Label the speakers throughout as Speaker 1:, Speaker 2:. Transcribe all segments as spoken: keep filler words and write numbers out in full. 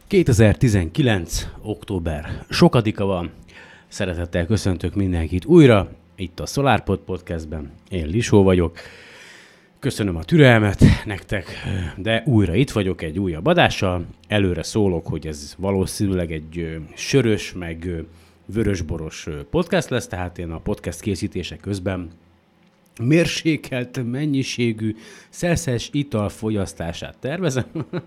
Speaker 1: kétezer-tizenkilenc. október sokadika van. Szeretettel köszöntök mindenkit újra, itt a SolarPod Podcastben. Én Lisó vagyok. Köszönöm a türelmet nektek, de újra itt vagyok egy újabb adással. Előre szólok, hogy ez valószínűleg egy sörös, meg vörösboros podcast lesz, tehát én a podcast készítése közben mérsékelt mennyiségű szelszes ital fogyasztását tervezem.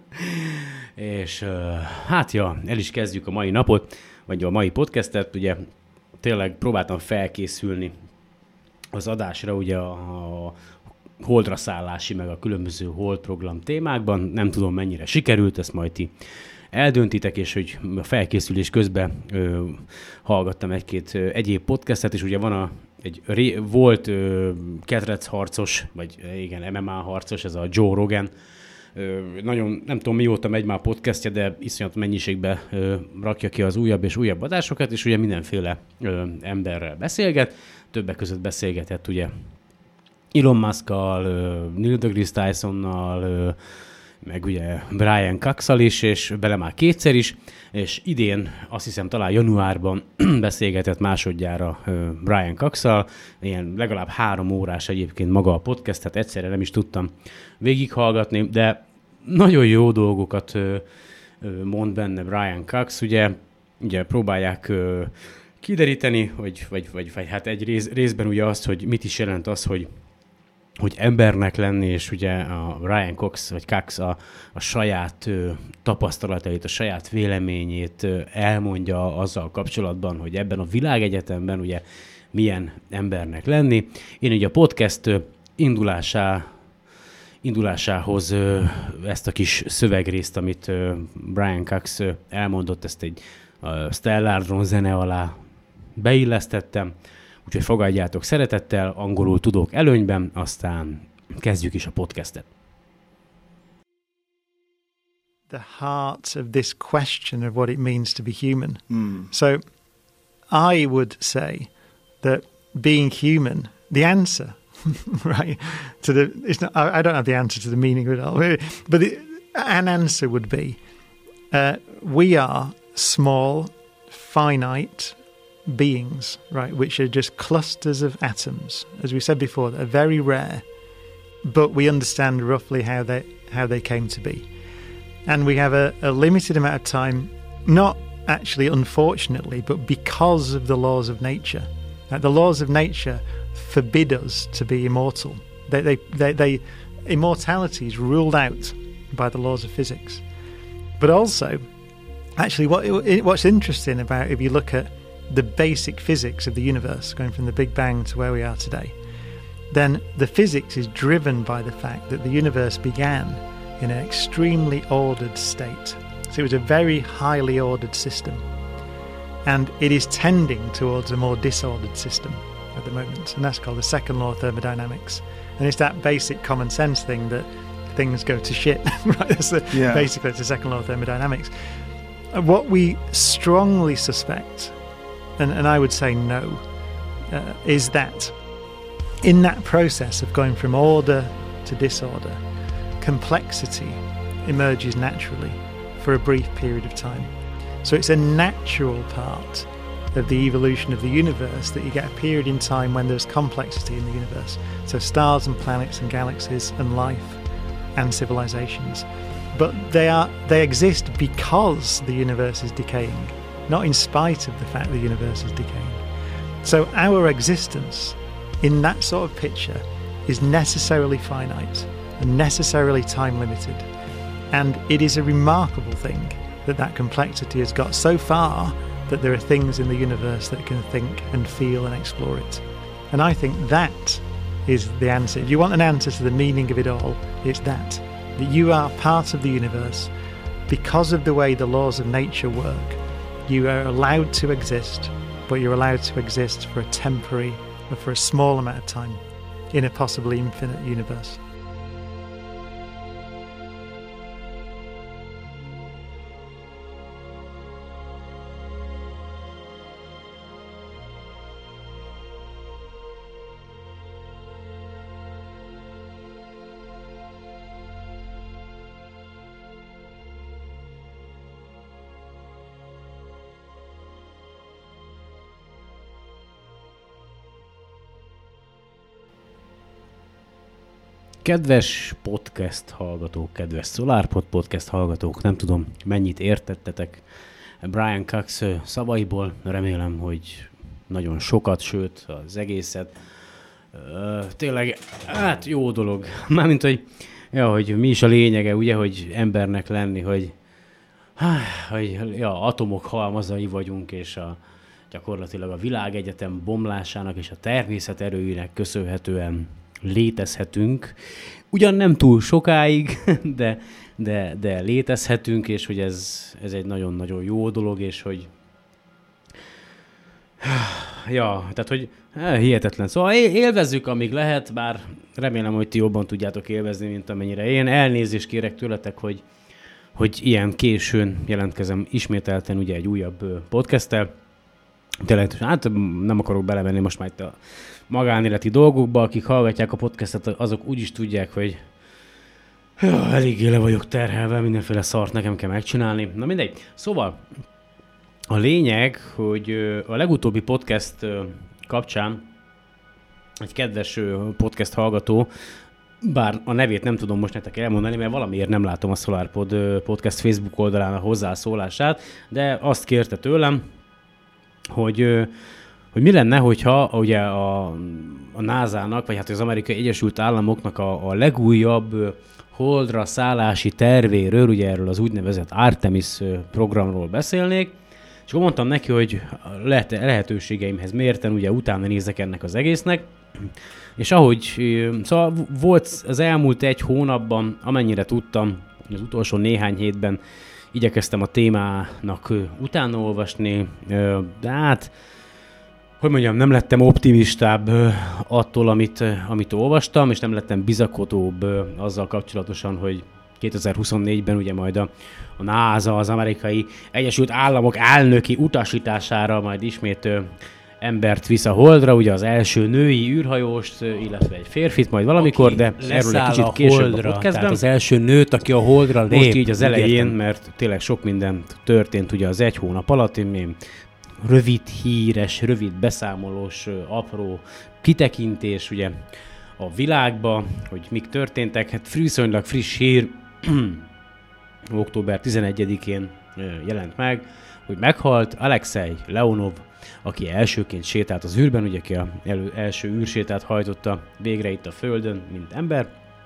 Speaker 1: És hát ja, el is kezdjük a mai napot, vagy a mai podcastet. Ugye tényleg próbáltam felkészülni az adásra, ugye a, a holdra szállási, meg a különböző hold program témákban. Nem tudom, mennyire sikerült, ezt majd ti eldöntitek, és hogy a felkészülés közben ö, hallgattam egy-két ö, egyéb podcastet, és ugye van a, egy ré, volt ö, ketrecharcos, vagy igen, em em á harcos, ez a Joe Rogan. Ö, nagyon, nem tudom mióta megy már podcastja, de iszonyat mennyiségben ö, rakja ki az újabb és újabb adásokat, és ugye mindenféle ö, emberrel beszélget. Többek között beszélgetett ugye Elon Muskkal, ö, Neil deGrasse Tysonnal, ö, meg ugye Brian Cox-szal is, és bele már kétszer is, és idén azt hiszem talán januárban beszélgetett másodjára Brian Cox-szal, ilyen legalább három órás egyébként maga a podcast, tehát egyszerre nem is tudtam végighallgatni, de nagyon jó dolgokat mond benne Brian Cox, ugye, ugye próbálják kideríteni, vagy, vagy, vagy, vagy hát egy rész, részben ugye azt, hogy mit is jelent az, hogy hogy embernek lenni, és ugye a Brian Cox, vagy Cox a, a saját ö, tapasztalatait, a saját véleményét ö, elmondja azzal kapcsolatban, hogy ebben a világegyetemben ugye milyen embernek lenni. Én ugye a podcast ö, indulásá, indulásához ö, ezt a kis szövegrészt, amit ö, Brian Cox ö, elmondott, ezt egy ö, Stellar Drone zene alá beillesztettem. Úgyhogy fogadjátok szeretettel, angolul tudok előnyben, aztán kezdjük is a podcastet.
Speaker 2: The heart of this question of what it means to be human.
Speaker 3: Mm.
Speaker 2: So I would say that being human, the answer, right, to the, it's not, I, I don't have the answer to the meaning of it all, but the, an answer would be, uh, we are small, finite beings, right, which are just clusters of atoms, as we said before, that are very rare, but we understand roughly how they how they came to be. And we have a, a limited amount of time, not actually unfortunately, but because of the laws of nature. Like the laws of nature forbid us to be immortal. They, they, they, they, immortality is ruled out by the laws of physics. But also, actually, what what's interesting about, if you look at the basic physics of the universe, going from the Big Bang to where we are today, then the physics is driven by the fact that the universe began in an extremely ordered state. So it was a very highly ordered system. And it is tending towards a more disordered system at the moment. And that's called the second law of thermodynamics. And it's that basic common sense thing that things go to shit, right? That's the,
Speaker 3: yeah.
Speaker 2: Basically, it's the second law of thermodynamics. And what we strongly suspect, And, and I would say no, uh, is that in that process of going from order to disorder, complexity emerges naturally for a brief period of time. So it's a natural part of the evolution of the universe that you get a period in time when there's complexity in the universe. So stars and planets and galaxies and life and civilizations. But they are they exist because the universe is decaying, not in spite of the fact the universe is decaying. So our existence in that sort of picture is necessarily finite and necessarily time limited. And it is a remarkable thing that that complexity has got so far that there are things in the universe that can think and feel and explore it. And I think that is the answer. If you want an answer to the meaning of it all, it's that. That you are part of the universe because of the way the laws of nature work. You are allowed to exist, but you're allowed to exist for a temporary, or for a small amount of time, in a possibly infinite universe.
Speaker 1: Kedves podcast hallgatók, kedves SolarPod podcast hallgatók, nem tudom, mennyit értettetek Brian Cox szavaiból, remélem, hogy nagyon sokat, sőt az egészet. Ö, tényleg, hát jó dolog. Mármint, hogy, ja, hogy mi is a lényege, ugye, hogy embernek lenni, hogy, hogy ja, atomok halmazai vagyunk, és a, gyakorlatilag a világegyetem bomlásának és a természet erőinek köszönhetően létezhetünk. Ugyan nem túl sokáig, de, de, de létezhetünk, és hogy ez, ez egy nagyon-nagyon jó dolog, és hogy ja, tehát, hogy hihetetlen. Szóval élvezzük, amíg lehet, bár remélem, hogy ti jobban tudjátok élvezni, mint amennyire én. Elnézést kérek tőletek, hogy, hogy ilyen későn jelentkezem ismételten ugye egy újabb podcasttel. Tényleg, hát nem akarok belevenni most már itt a magánéleti dolgokba, akik hallgatják a podcastet, azok úgy is tudják, hogy ja, eléggé le vagyok terhelve, mindenféle szart nekem kell megcsinálni. Na mindegy. Szóval a lényeg, hogy a legutóbbi podcast kapcsán egy kedves podcast hallgató, bár a nevét nem tudom most nektek elmondani, mert valamiért nem látom a SolarPod podcast Facebook oldalán a hozzászólását, de azt kérte tőlem, hogy, hogy mi lenne, hogyha ugye a, a nászának, vagy hát az Amerikai Egyesült Államoknak a, a legújabb holdra szállási tervéről, ugye erről az úgynevezett Artemis programról beszélnék, és akkor mondtam neki, hogy lehet, lehetőségeimhez mérten ugye utána nézek ennek az egésznek, és ahogy, szóval volt az elmúlt egy hónapban, amennyire tudtam, az utolsó néhány hétben igyekeztem a témának utána olvasni, de hát, hogy mondjam, nem lettem optimistább attól, amit, amit olvastam, és nem lettem bizakodóbb azzal kapcsolatosan, hogy kétezer-huszonnégyben ugye majd a, a NASA, az Amerikai Egyesült Államok elnöki utasítására majd ismét ö, embert visz a holdra, ugye az első női űrhajóst, illetve egy férfit majd valamikor, de erről egy kicsit később a podcastben.
Speaker 3: Tehát az első nőt, aki a holdra lép.
Speaker 1: Most így az elején, mert tényleg sok minden történt ugye az egy hónap alatt, én rövid híres, rövid beszámolós, apró kitekintés ugye a világba, hogy mik történtek. Hát viszonylag friss hír, október tizenegyedikén jelent meg, hogy meghalt Alexei Leonov, aki elsőként sétált az űrben, ugye aki az első űrsétát hajtotta végre itt a Földön, mint ember.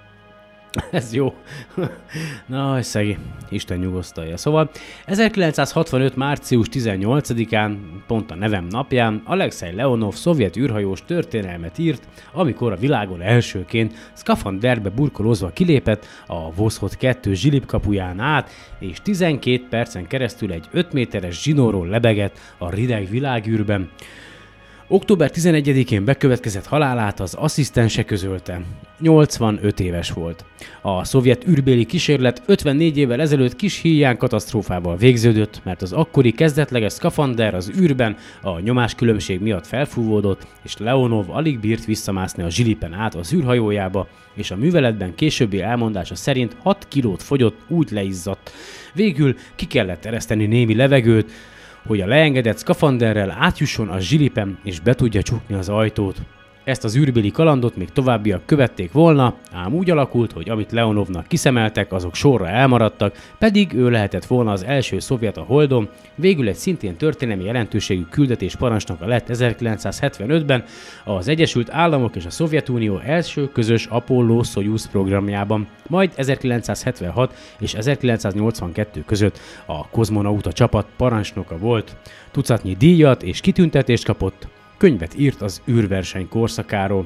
Speaker 1: Ez jó. Na, szegény. Isten nyugosztalja. Szóval ezerkilencszázhatvanöt. március tizennyolcadikán, pont a nevem napján, Alexei Leonov szovjet űrhajós történelmet írt, amikor a világon elsőként szkafanderbe burkolózva kilépett a Voszhod kettő zsilip kapuján át, és tizenkét percen keresztül egy öt méteres zsinórról lebegett a rideg világűrben. október tizenegyedikén bekövetkezett halálát az asszisztense közölte. nyolcvanöt éves volt. A szovjet űrbéli kísérlet ötvennégy évvel ezelőtt kis híján katasztrófával végződött, mert az akkori kezdetleges szkafander az űrben a nyomáskülönbség miatt felfúvódott, és Leonov alig bírt visszamászni a zsilipen át az űrhajójába, és a műveletben későbbi elmondása szerint hat kilót fogyott, úgy leizzadt. Végül ki kellett ereszteni némi levegőt, hogy a leengedett szkafanderrel átjusson a zsilipen és be tudja csukni az ajtót. Ezt az űrbéli kalandot még továbbiak követték volna, ám úgy alakult, hogy amit Leonovnak kiszemeltek, azok sorra elmaradtak, pedig ő lehetett volna az első szovjet a Holdon, végül egy szintén történelmi jelentőségű küldetés parancsnoka lett ezerkilencszázhetvenötben az Egyesült Államok és a Szovjetunió első közös Apollo-Szojuz programjában, majd ezerkilencszázhetvenhat és ezerkilencszáznyolcvankettő között a kozmonauta csapat parancsnoka volt. Tucatnyi díjat és kitüntetést kapott, könyvet írt az űrverseny korszakáról.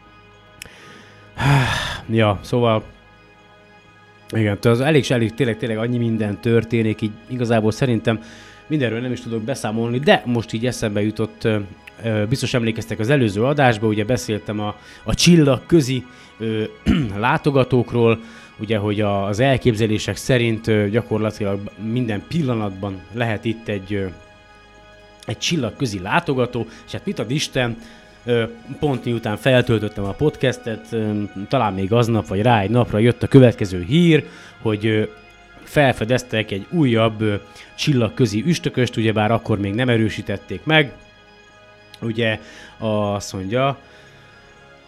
Speaker 1: Ja, szóval igen, az elég, elég tényleg, tényleg annyi minden történik, így igazából szerintem mindenről nem is tudok beszámolni, de most így eszembe jutott, biztos emlékeztek az előző adásba, ugye beszéltem a, a csillagközi ö, látogatókról, ugye, hogy az elképzelések szerint gyakorlatilag minden pillanatban lehet itt egy egy csillagközi látogató, és hát mit ad Isten, pont miután feltöltöttem a podcastet, talán még aznap vagy rá egy napra jött a következő hír, hogy felfedeztek egy újabb csillagközi üstököst, ugyebár akkor még nem erősítették meg. Ugye azt mondja,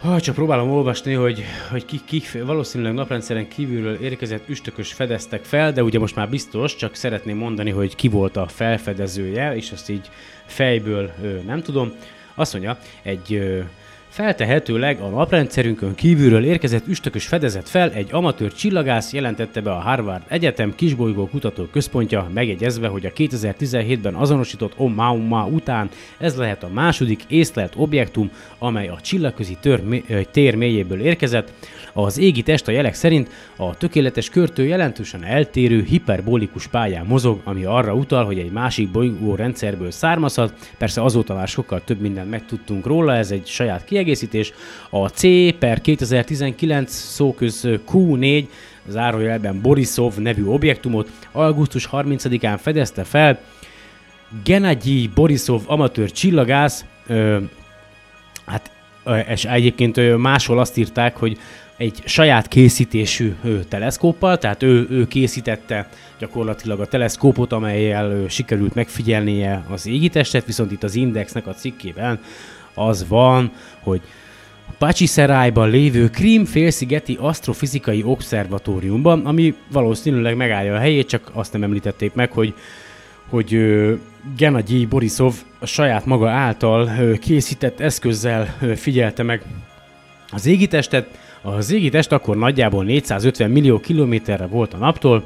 Speaker 1: Ha, csak próbálom olvasni, hogy, hogy kik, kik valószínűleg naprendszeren kívülről érkezett üstökös fedeztek fel, de ugye most már biztos, csak szeretném mondani, hogy ki volt a felfedezője, és azt így fejből ö, nem tudom. Azt mondja, egy ö, feltehetőleg a naprendszerünkön kívülről érkezett üstökös fedezett fel, egy amatőr csillagász jelentette be a Harvard Egyetem kisbolygó kutató központja, megjegyezve, hogy a kétezer-tizenhétben azonosított Oumuamua után ez lehet a második észlelt objektum, amely a csillagközi tör, tér mélyéből érkezett. Az égi test a jelek szerint a tökéletes körtől jelentősen eltérő hiperbolikus pályán mozog, ami arra utal, hogy egy másik bolygórendszerből származhat. Persze azóta már sokkal több mindent megtudtunk róla, ez egy saját kiegészítés. A C per kétezer-tizenkilenc szóköz Q négy, zárójelben Borisov nevű objektumot augusztus harmincadikán fedezte fel. Gennadij Borisov amatőr csillagász, ö, hát és egyébként máshol azt írták, hogy egy saját készítésű ő, teleszkóppal, tehát ő, ő készítette gyakorlatilag a teleszkópot, amellyel ő, sikerült megfigyelnie az égitestet, viszont itt az Indexnek a cikkében az van, hogy Pacsiszerájban lévő Krím-félszigeti asztrofizikai obszervatóriumban, ami valószínűleg megállja a helyét, csak azt nem említették meg, hogy hogy uh, Gennadij Borisov a saját maga által uh, készített eszközzel uh, figyelte meg az égitestet. Az égitest akkor nagyjából négyszázötven millió kilométerre volt a naptól.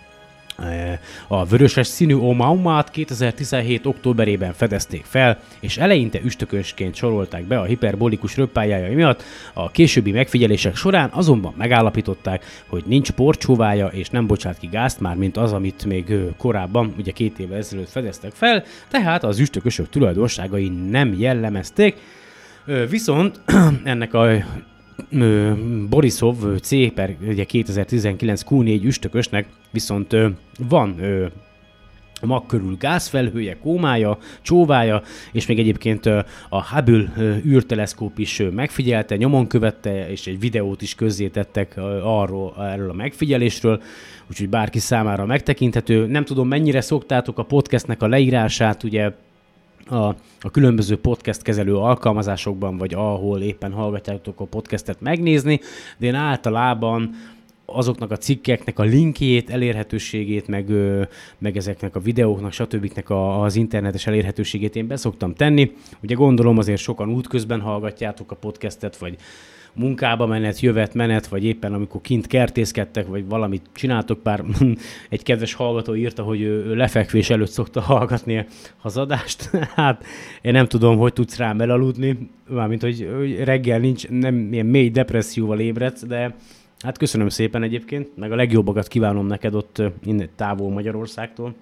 Speaker 1: A vöröses színű Oumuamát kétezer-tizenhét októberében fedezték fel, és eleinte üstökösként sorolták be a hiperbolikus röppályája miatt. A későbbi megfigyelések során azonban megállapították, hogy nincs porcsóvája és nem bocsát ki gázt, már mint az, amit még korábban, ugye két évvel ezelőtt fedeztek fel, tehát az üstökösök tulajdonságai nem jellemezték. Viszont ennek a Borisov C per ugye kétezer-tizenkilenc Q négy üstökösnek viszont ö, van ö, mag körül gázfelhője, kómája, csóvája, és még egyébként ö, a Hubble ö, űrteleszkóp is ö, megfigyelte, nyomon követte, és egy videót is közzétettek ö, arról, erről a megfigyelésről, úgyhogy bárki számára megtekinthető. Nem tudom, mennyire szoktátok a podcastnek a leírását, ugye A, a különböző podcast kezelő alkalmazásokban, vagy ahol éppen hallgatjátok a podcastet megnézni, de én általában azoknak a cikkeknek a linkjét, elérhetőségét, meg, meg ezeknek a videóknak, stb. Az internetes elérhetőségét én beszoktam tenni. Ugye gondolom azért sokan útközben hallgatjátok a podcastet, vagy munkába menet, jövet, menet, vagy éppen amikor kint kertészkedtek, vagy valamit csináltok, bár egy kedves hallgató írta, hogy ő lefekvés előtt szokta hallgatni az adást. Hát én nem tudom, hogy tudsz rám elaludni, mármint, hogy reggel nincs, nem ilyen mély depresszióval ébredsz, de hát köszönöm szépen egyébként, meg a legjobbakat kívánom neked ott innen távol Magyarországtól.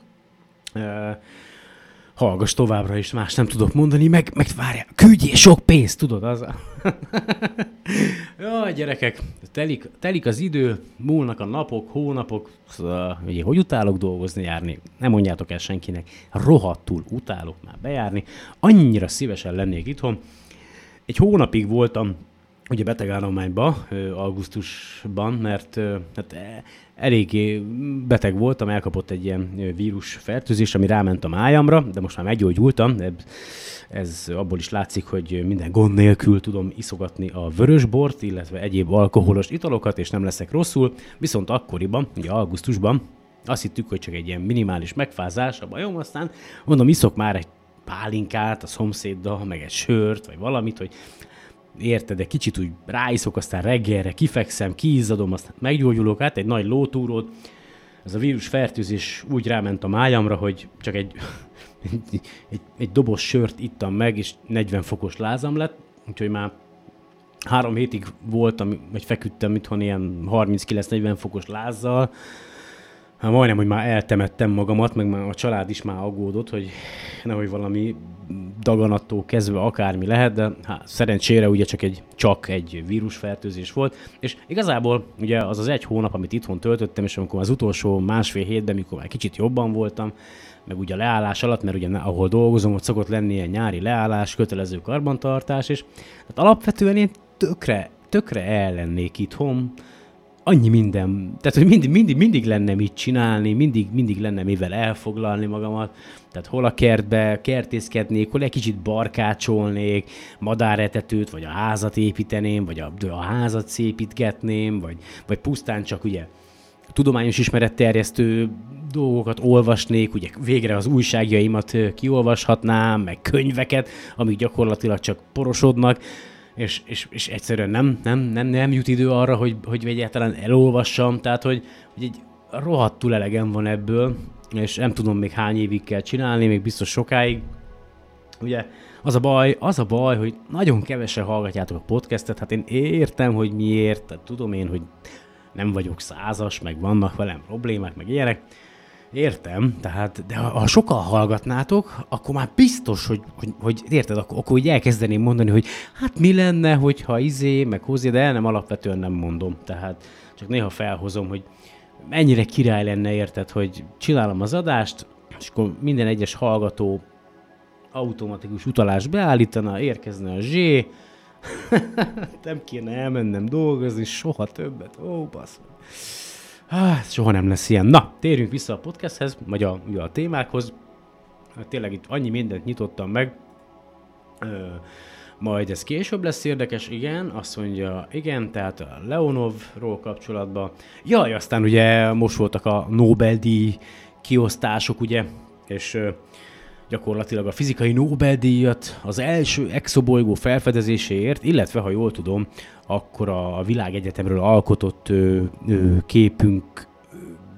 Speaker 1: Hallgass továbbra is, más nem tudok mondani, meg, meg várjál, küldjél sok pénzt, tudod, az. Jaj, gyerekek, telik, telik az idő, múlnak a napok, hónapok, szóval, ugye, hogy utálok dolgozni, járni, nem mondjátok el senkinek, rohadtul utálok már bejárni, annyira szívesen lennék itthon. Egy hónapig voltam ugye betegállományban, augusztusban, mert hát, eléggé beteg voltam, elkapott egy ilyen vírusfertőzés, ami ráment a májamra, de most már meggyógyultam. Ez abból is látszik, hogy minden gond nélkül tudom iszogatni a vörösbort, illetve egyéb alkoholos italokat, és nem leszek rosszul. Viszont akkoriban, ugye augusztusban azt hittük, hogy csak egy ilyen minimális megfázás a bajom, aztán mondom, iszok már egy pálinkát a szomszéddal, meg egy sört, vagy valamit, hogy érted, de kicsit úgy ráiszok, aztán reggelre kifekszem, kiizzadom, aztán meggyógyulok, hát egy nagy lótúrót. Ez a vírusfertőzés úgy ráment a májamra, hogy csak egy, egy, egy, egy doboz sört ittam meg, és negyven fokos lázam lett, úgyhogy már három hétig voltam, vagy feküdtem itthon ilyen harminckilenc-negyven fokos lázzal. Hát majdnem, hogy már eltemettem magamat, meg már a család is már aggódott, hogy nehogy valami daganattól kezdve akármi lehet, de hát, szerencsére ugye csak egy, csak egy vírusfertőzés volt, és igazából ugye az az egy hónap, amit itthon töltöttem, és amikor az utolsó másfél hétben, mikor már kicsit jobban voltam, meg ugye a leállás alatt, mert ugye ahol dolgozom, ott szokott lenni ilyen nyári leállás, kötelező karbantartás, és hát alapvetően én tökre, tökre ellennék itthon, annyi minden, tehát hogy mindig, mindig, mindig lenne mit csinálni, mindig, mindig lenne mivel elfoglalni magamat, tehát hol a kertbe kertészkednék, hol egy kicsit barkácsolnék, madáretetőt, vagy a házat építeném, vagy a, a házat szépítgetném, vagy, vagy pusztán csak ugye tudományos ismeretterjesztő dolgokat olvasnék, ugye végre az újságjaimat kiolvashatnám, meg könyveket, amik gyakorlatilag csak porosodnak, és, és, és egyszerűen nem, nem, nem, nem jut idő arra, hogy, hogy egyáltalán elolvassam, tehát hogy, hogy egy rohadtul elegem van ebből, és nem tudom még hány évig kell csinálni, még biztos sokáig. Ugye az a baj, az a baj, hogy nagyon kevesen hallgatjátok a podcastet, hát én értem, hogy miért, tehát tudom én, hogy nem vagyok százas, meg vannak velem problémák, meg ilyenek. Értem, tehát, de ha, ha sokan hallgatnátok, akkor már biztos, hogy, hogy, hogy érted, akkor, akkor úgy elkezdeném mondani, hogy hát mi lenne, hogyha izé, meg hozzá, de nem, alapvetően nem mondom. Tehát csak néha felhozom, hogy mennyire király lenne, érted, hogy csinálom az adást, és akkor minden egyes hallgató automatikus utalást beállítana, érkezne a zsé, nem kéne elmennem dolgozni, soha többet, ó, basz. Hát, soha nem lesz ilyen. Na, térjünk vissza a podcasthez, vagy a, a témákhoz. Hát tényleg itt annyi mindent nyitottam meg. Ö, majd ez később lesz érdekes, igen, azt mondja, igen, tehát a Leonovról kapcsolatban. Jaj, aztán ugye most voltak a Nobel-díj kiosztások, ugye, és ö, gyakorlatilag a fizikai Nobel-díjat az első exobolygó felfedezéséért, illetve, ha jól tudom, akkor a világegyetemről alkotott ö, ö, képünk, ö,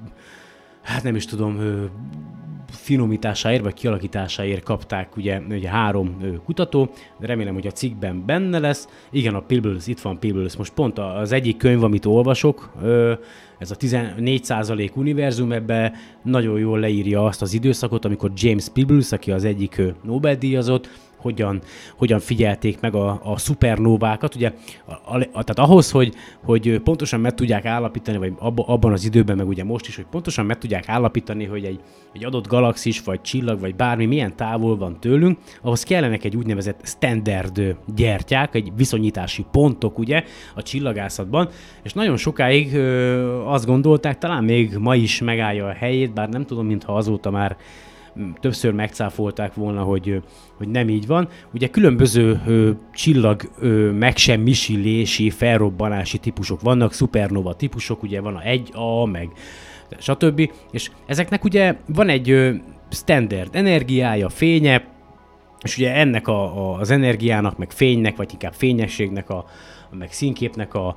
Speaker 1: hát nem is tudom, ö, finomításáért vagy kialakításáért kapták ugye, ugye három ö, kutató, de remélem, hogy a cikkben benne lesz. Igen, a Peebles, itt van Peebles, most pont az egyik könyv, amit olvasok, ö, ez a tizennégy százalék univerzum, ebben nagyon jól leírja azt az időszakot, amikor James Peebles, aki az egyik Nobel-díjazott, hogyan, hogyan figyelték meg a, a szupernovákat. Ugye, a, a, tehát ahhoz, hogy, hogy pontosan meg tudják állapítani, vagy abba, abban az időben, meg ugye most is, hogy pontosan meg tudják állapítani, hogy egy, egy adott galaxis, vagy csillag, vagy bármi milyen távol van tőlünk, ahhoz kellenek egy úgynevezett standard gyertyák, egy viszonyítási pontok ugye a csillagászatban, és nagyon sokáig ö, azt gondolták, talán még ma is megállja a helyét, bár nem tudom, mintha azóta már többször megcáfolták volna, hogy, hogy nem így van. Ugye különböző ö, csillag ö, megsemmisülési, felrobbanási típusok vannak, szupernova típusok, ugye van a egy A, meg stb. És ezeknek ugye van egy ö, standard energiája, fénye, és ugye ennek a, a, az energiának, meg fénynek, vagy inkább fényességnek, a, meg színképnek a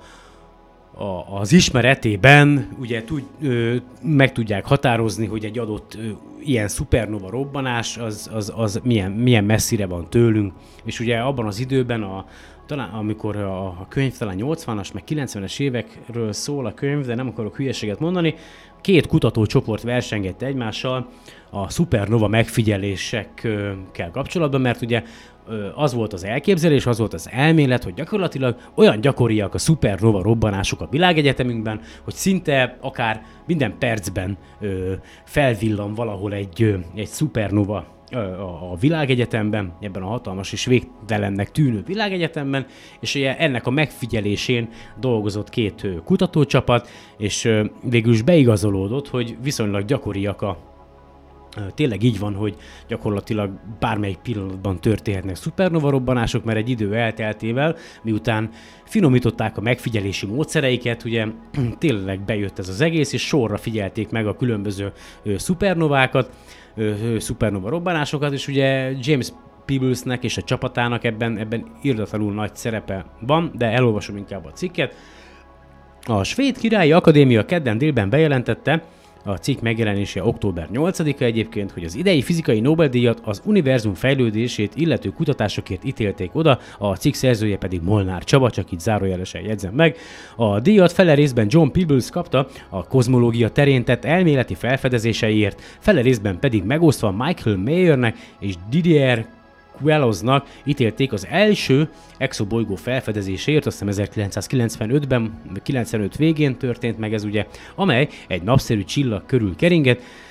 Speaker 1: A, az ismeretében ugye tud, ö, meg tudják határozni, hogy egy adott ö, ilyen szupernova robbanás az, az, az milyen, milyen messzire van tőlünk, és ugye abban az időben, a, talán, amikor a, a könyv talán nyolcvanas, meg kilencvenes évekről szól a könyv, de nem akarok hülyeséget mondani, két kutatócsoport versengett egymással a szupernova megfigyelésekkel kapcsolatban, mert ugye az volt az elképzelés, az volt az elmélet, hogy gyakorlatilag olyan gyakoriak a szupernova robbanások a világegyetemünkben, hogy szinte akár minden percben ö, felvillan valahol egy, ö, egy szupernova ö, a, a világegyetemben, ebben a hatalmas és végtelennek tűnő világegyetemben, és ugye ennek a megfigyelésén dolgozott két ö, kutatócsapat, és ö, végül is beigazolódott, hogy viszonylag gyakoriak a tényleg így van, hogy gyakorlatilag bármelyik pillanatban történhetnek szupernova robbanások, mert egy idő elteltével, miután finomították a megfigyelési módszereiket, ugye tényleg bejött ez az egész, és sorra figyelték meg a különböző ö, szupernovákat, ö, ö, szupernova robbanásokat, és ugye James Peeblesnek és a csapatának ebben, ebben irdatlanul nagy szerepe van, de elolvasom inkább a cikket. A Svéd Királyi Akadémia kedden délben bejelentette, a cikk megjelenése október nyolcadika egyébként, hogy az idei fizikai Nobel-díjat az univerzum fejlődését illető kutatásokért ítélték oda, a cikk szerzője pedig Molnár Csaba, csak így zárójelesen jegyzem meg. A díjat fele részben John Peebles kapta a kozmológia terén tett elméleti felfedezéseiért, fele részben pedig megosztva Michael Mayernek és Didier Quellosnak ítélték az első exobolygó felfedezéséért, azt hiszem ezerkilencszázkilencvenötben, kilencvenöt végén történt meg ez ugye, amely egy napszerű csillag körül keringett.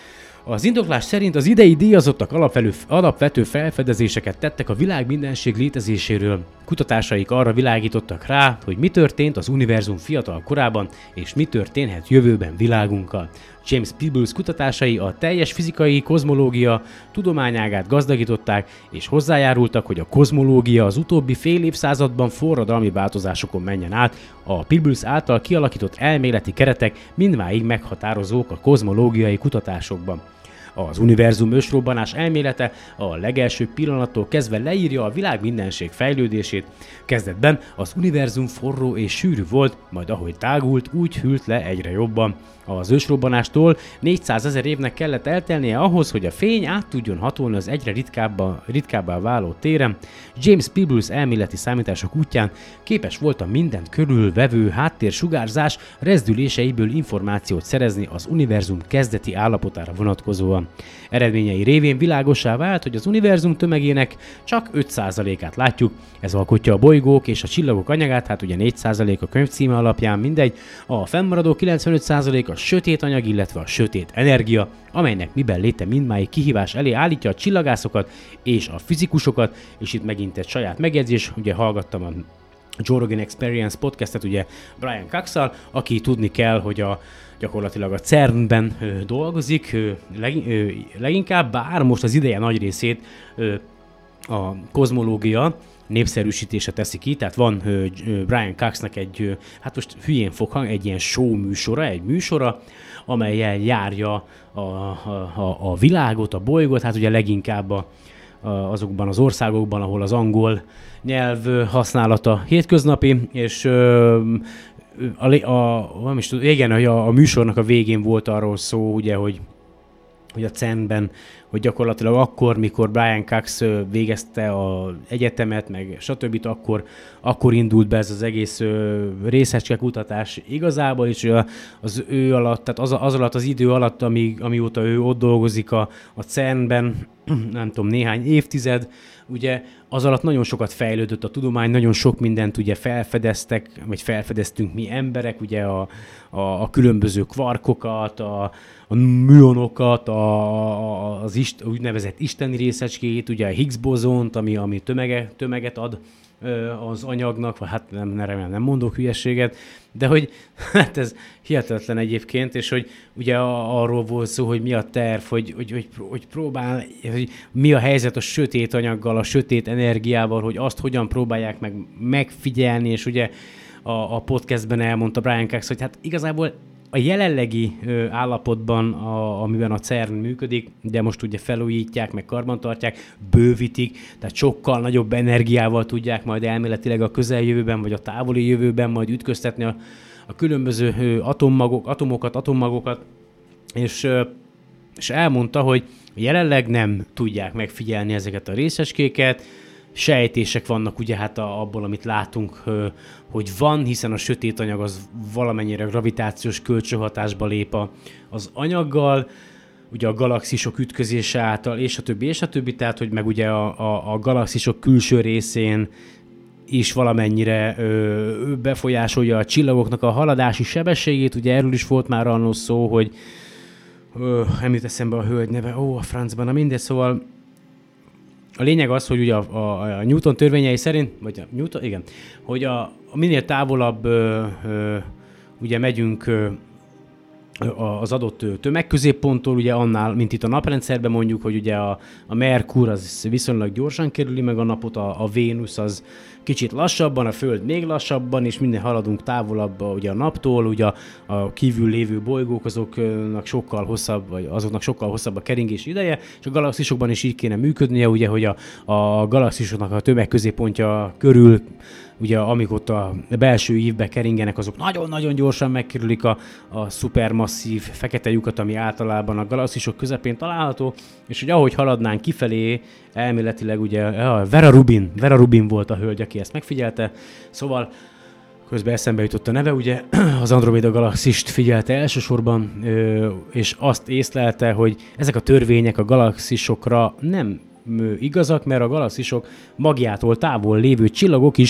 Speaker 1: Az indoklás szerint az idei díjazottak alapvető, alapvető felfedezéseket tettek a világ mindenség létezéséről. Kutatásaik arra világítottak rá, hogy mi történt az univerzum fiatal korában, és mi történhet jövőben világunkkal. James Peebles kutatásai a teljes fizikai kozmológia tudományágát gazdagították, és hozzájárultak, hogy a kozmológia az utóbbi fél évszázadban forradalmi változásokon menjen át. A Peebles által kialakított elméleti keretek mindmáig meghatározók a kozmológiai kutatásokban. Az univerzum ősrobbanás elmélete a legelső pillanattól kezdve leírja a világ mindenség fejlődését. Kezdetben az univerzum forró és sűrű volt, majd ahogy tágult, úgy hűlt le egyre jobban. Az ősrobbanástól négyszázezer évnek kellett eltelnie ahhoz, hogy a fény át tudjon hatolni az egyre ritkábbá, ritkábbá váló téren. James Peebles elméleti számítások útján képes volt a mindent körülvevő háttérsugárzás rezdüléseiből információt szerezni az univerzum kezdeti állapotára vonatkozóan. Eredményei révén világossá vált, hogy az univerzum tömegének csak öt százalékát látjuk, ez alkotja a bolygók és a csillagok anyagát, hát ugye négy százalék a könyv címe alapján mindegy, a fennmaradó kilencvenöt százalék a sötét anyag, illetve a sötét energia, amelynek miben léte mindmáig kihívás elé állítja a csillagászokat és a fizikusokat, és itt megint egy saját megjegyzés, ugye hallgattam a Joe Rogan Experience podcastet, ugye Brian Cox-szal, aki tudni kell, hogy a gyakorlatilag a cernben ö, dolgozik, ö, leg, ö, leginkább, bár most az ideje nagy részét ö, a kozmológia népszerűsítése teszi ki, tehát van ö, Brian Coxnak egy, ö, hát most hülyén fog hang, egy ilyen show műsora, egy műsora, amellyel járja a, a, a, a világot, a bolygót, hát ugye leginkább a, a, azokban az országokban, ahol az angol nyelv használata hétköznapi, és ö, A, a, nem is tudom, igen, a, a műsornak a végén volt arról szó, ugye, hogy, hogy a cernben, hogy gyakorlatilag akkor, mikor Brian Cox végezte az egyetemet, meg stb. Akkor, akkor indult be ez az egész részecske kutatás igazából, és az ő alatt, tehát az, az alatt az idő alatt, amíg, amióta ő ott dolgozik a, a cernben, nem tudom, néhány évtized, ugye az alatt nagyon sokat fejlődött a tudomány, nagyon sok mindent ugye felfedeztek, vagy felfedeztünk mi emberek, ugye a, a, a különböző kvarkokat, a, a műonokat, a, a, az ist, úgynevezett isteni részecskét, ugye a Higgs bozont, ami, ami tömege, tömeget ad az anyagnak, vagy hát nem, nem, nem mondok hülyességet, de hogy hát ez hihetetlen egyébként, és hogy ugye arról volt szó, hogy mi a terv, hogy, hogy, hogy, hogy próbál, hogy mi a helyzet a sötét anyaggal, a sötét energiával, hogy azt hogyan próbálják meg megfigyelni, és ugye a, a podcastben elmondta Brian Cox, hogy hát igazából a jelenlegi ö, állapotban, a, amiben a cern működik, de most ugye felújítják, meg karbantartják, bővítik, tehát sokkal nagyobb energiával tudják majd elméletileg a közeljövőben, vagy a távoli jövőben majd ütköztetni a, a különböző ö, atommagok, atomokat, atommagokat, és, ö, és elmondta, hogy jelenleg nem tudják megfigyelni ezeket a részecskéket, sejtések vannak ugye hát a, abból, amit látunk, hogy van, hiszen a sötét anyag az valamennyire gravitációs kölcsönhatásba lép a, az anyaggal, ugye a galaxisok ütközése által, és a többi, és a többi, tehát hogy meg ugye a, a, a galaxisok külső részén is valamennyire ö, befolyásolja a csillagoknak a haladási sebességét, ugye erről is volt már annól szó, hogy ö, nem jut eszembe a hölgy neve, ó, a francban, na mindegy, szóval a lényeg az, hogy ugye a, a, a Newton törvényei szerint, vagy a Newton, igen, hogy a, a minél távolabb ö, ö, ugye megyünk ö, az adott tömegközépponttól, ugye annál, mint itt a naprendszerben mondjuk, hogy ugye a, a Merkur az viszonylag gyorsan kerüli meg a napot, a, a Vénusz az kicsit lassabban, a Föld még lassabban, és minden haladunk távolabb ugye a naptól, ugye a, a kívül lévő bolygók azoknak sokkal hosszabb, vagy azoknak sokkal hosszabb a keringési ideje, és a galaxisokban is így kéne működnie, ugye, hogy a, a galaxisoknak a tömegközéppontja körül, ugye amik ott a belső ívbe keringenek, azok nagyon-nagyon gyorsan megkerülik a, a szupermasszív fekete lyukat, ami általában a galaxisok közepén található, és hogy ahogy haladnánk kifelé, elméletileg ugye ja, Vera Rubin, Vera Rubin volt a hölgy, aki ezt megfigyelte, szóval közben eszembe jutott a neve, ugye az Andromeda galaxist figyelte elsősorban, és azt észlelte, hogy ezek a törvények a galaxisokra nem igazak, mert a galaxisok magjától távol lévő csillagok is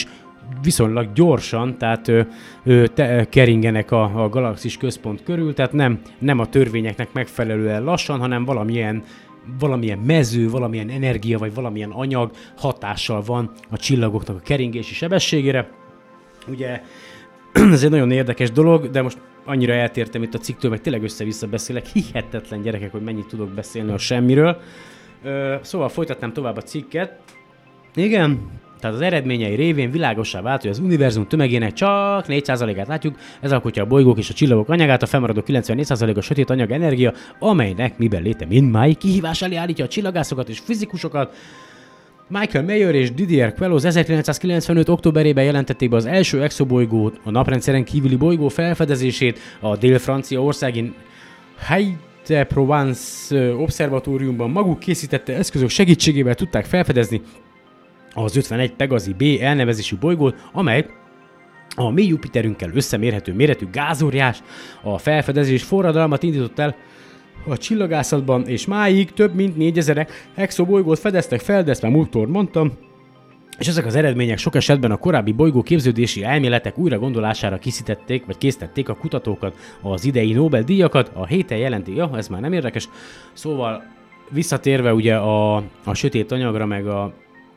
Speaker 1: viszonylag gyorsan, tehát ö, ö, te, keringenek a, a galaxis központ körül, tehát nem, nem a törvényeknek megfelelően lassan, hanem valamilyen, valamilyen mező, valamilyen energia, vagy valamilyen anyag hatással van a csillagoknak a keringési sebességére. Ugye ez egy nagyon érdekes dolog, de most annyira eltértem itt a cikktől, meg tényleg össze-vissza beszélek. Hihetetlen gyerekek, hogy mennyit tudok beszélni a semmiről. Ö, szóval folytatnám tovább a cikket. Igen, tehát az eredményei révén világossá vált, hogy az univerzum tömegének csak négy százalékát látjuk, ez alkotja a bolygók és a csillagok anyagát, a fennmaradó kilencvennégy százalék a sötét anyag energia, amelynek miben léte mindmáig kihívás elé állítja a csillagászokat és fizikusokat. Michael Mayer és Didier Queloz ezerkilencszázkilencvenöt. októberében jelentették be az első exobolygót, a naprendszeren kívüli bolygó felfedezését a dél-francia országi Haute-Provence obszervatóriumban. Maguk készítette eszközök segítségével tudták felfedezni az ötvenegy Pegasi B elnevezésű bolygót, amely a mi Jupiterünkkel összemérhető méretű gázóriás. A felfedezés forradalmat indított el a csillagászatban, és máig több mint négyezer exobolygót fedeztek fel, de ezt már múltkor mondtam, és ezek az eredmények sok esetben a korábbi bolygó képződési elméletek újra gondolására készítették, vagy készítették a kutatókat az idei Nobel-díjakat. A héten jelenti, ja, ez már nem érdekes. Szóval visszatérve ugye a, a sötét anyagra, meg a, a